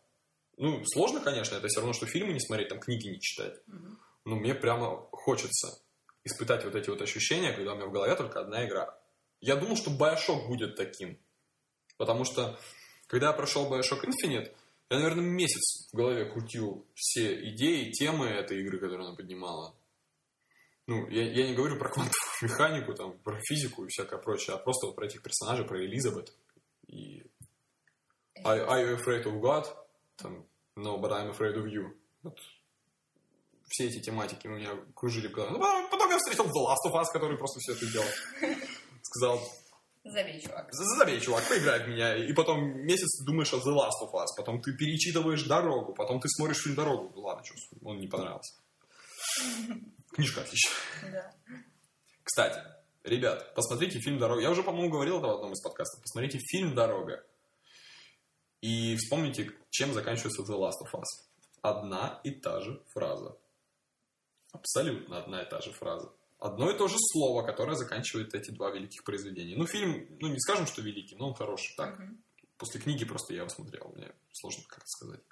Сложно, конечно, это все равно, что фильмы не смотреть, там книги не читать. Но мне прямо хочется. испытать вот эти вот ощущения, когда у меня в голове только одна игра. Я думал, что BioShock будет таким. Потому что, когда я прошел BioShock Infinite, я, наверное, месяц в голове крутил все идеи, темы этой игры, которую она поднимала. Ну, я не говорю про квантовую механику, там, про физику и всякое прочее, а просто вот про этих персонажей, про Элизабет. И Are you afraid of God? Там, No, but I'm afraid of you. Вот. Все эти тематики у меня кружили в голове. Ну, потом я встретил The Last of Us, который просто все это делал. Сказал... Забей, чувак. Забей, чувак, поиграй в меня. И потом месяц думаешь о The Last of Us. Потом ты перечитываешь «Дорогу». Потом ты смотришь фильм «Дорогу». Ну, ладно, что, он не понравился. Книжка отличная. Да. Кстати, ребят, посмотрите фильм «Дорога». Я уже, по-моему, говорил это в одном из подкастов. Посмотрите фильм «Дорога». И вспомните, чем заканчивается The Last of Us. Одна и та же фраза. Абсолютно одна и та же фраза. Одно и то же слово, которое заканчивает эти два великих произведения. Ну, фильм, ну, не скажем, что великий, но он хороший. Так, после книги просто я его смотрел. Мне сложно как-то сказать.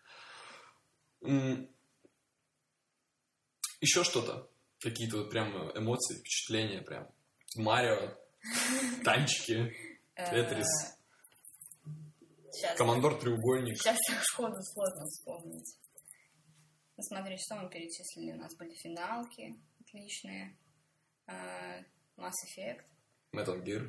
Еще что-то. Какие-то вот прям эмоции, впечатления прям. Марио, танчики, Тетрис, Командор Треугольник. Сейчас сходу сложно вспомнить. Ну, смотри, что мы перечислили. У нас были финалки отличные. Mass Effect. Metal Gear.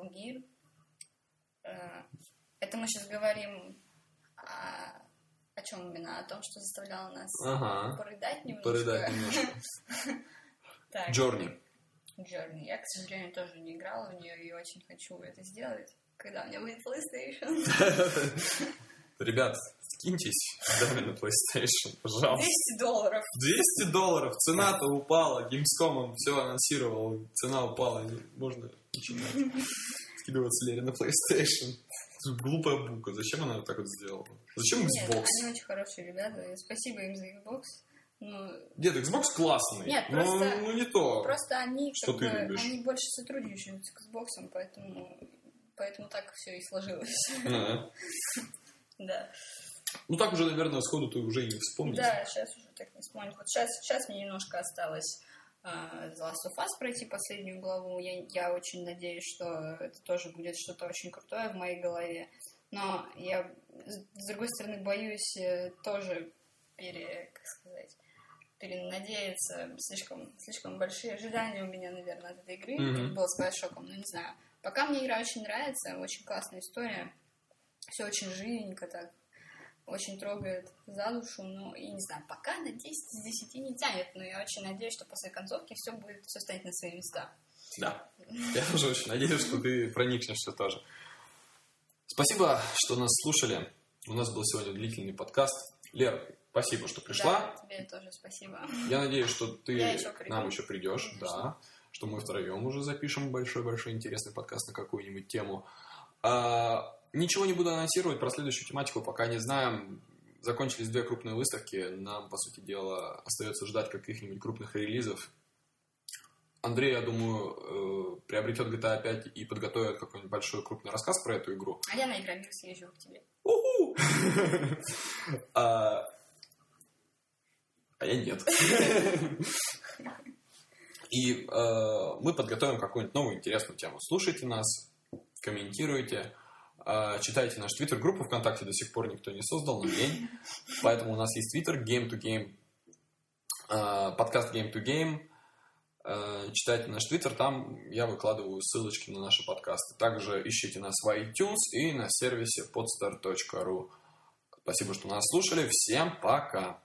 Это мы сейчас говорим о чем именно? О том, что заставляло нас порыдать немножко. Journey. Я, к сожалению, тоже не играла в нее и очень хочу это сделать, когда у меня будет PlayStation. Ребят, скиньтесь на PlayStation, пожалуйста. $200. Цена-то упала. Gamescom все анонсировал. Цена упала. Можно начинать скидываться Лере на PlayStation. Глупая бука. Зачем она так вот сделала? Зачем Xbox? Нет, они очень хорошие ребята. Спасибо им за Xbox. Нет, Xbox классный. Нет, просто... Ну, не то, просто они, что ты любишь. Они больше сотрудничают с Xbox, поэтому так все и сложилось. Да. Ну, так уже, наверное, сходу ты уже и не вспомнишь. Да, сейчас уже так не вспомнить. Вот сейчас мне немножко осталось The Last of Us пройти последнюю главу. Я очень надеюсь, что это тоже будет что-то очень крутое в моей голове. Но я, с другой стороны, боюсь тоже перенадеяться. Слишком большие ожидания у меня, наверное, от этой игры. Как было с BioShock'ом, но не знаю. Пока мне игра очень нравится, очень классная история. Все очень живенько так, очень трогает за душу, но, я не знаю, пока на 10 из 10 не тянет, но я очень надеюсь, что после концовки все станет на свои места. Да, я тоже очень надеюсь, что ты проникнешься тоже. Спасибо, что нас слушали. У нас был сегодня длительный подкаст. Лер, спасибо, что пришла. Да, тебе тоже спасибо. Я надеюсь, что ты к нам еще придешь. Да, что мы втроем уже запишем большой-большой интересный подкаст на какую-нибудь тему. Ничего не буду анонсировать про следующую тематику, пока не знаем. Закончились 2 крупные выставки. Нам, по сути дела, остается ждать каких-нибудь крупных релизов. Андрей, я думаю, приобретет GTA 5 и подготовит какой-нибудь большой крупный рассказ про эту игру. А я на Игромир съезжу к тебе. Уху! А я нет. И мы подготовим какую-нибудь новую интересную тему. Слушайте нас, комментируйте. Читайте наш твиттер, группу ВКонтакте до сих пор никто не создал, но лень. Поэтому у нас есть твиттер Game to Game, подкаст Game to Game. Читайте наш твиттер, там я выкладываю ссылочки на наши подкасты. Также ищите нас в iTunes и на сервисе podstar.ru. Спасибо, что нас слушали. Всем пока!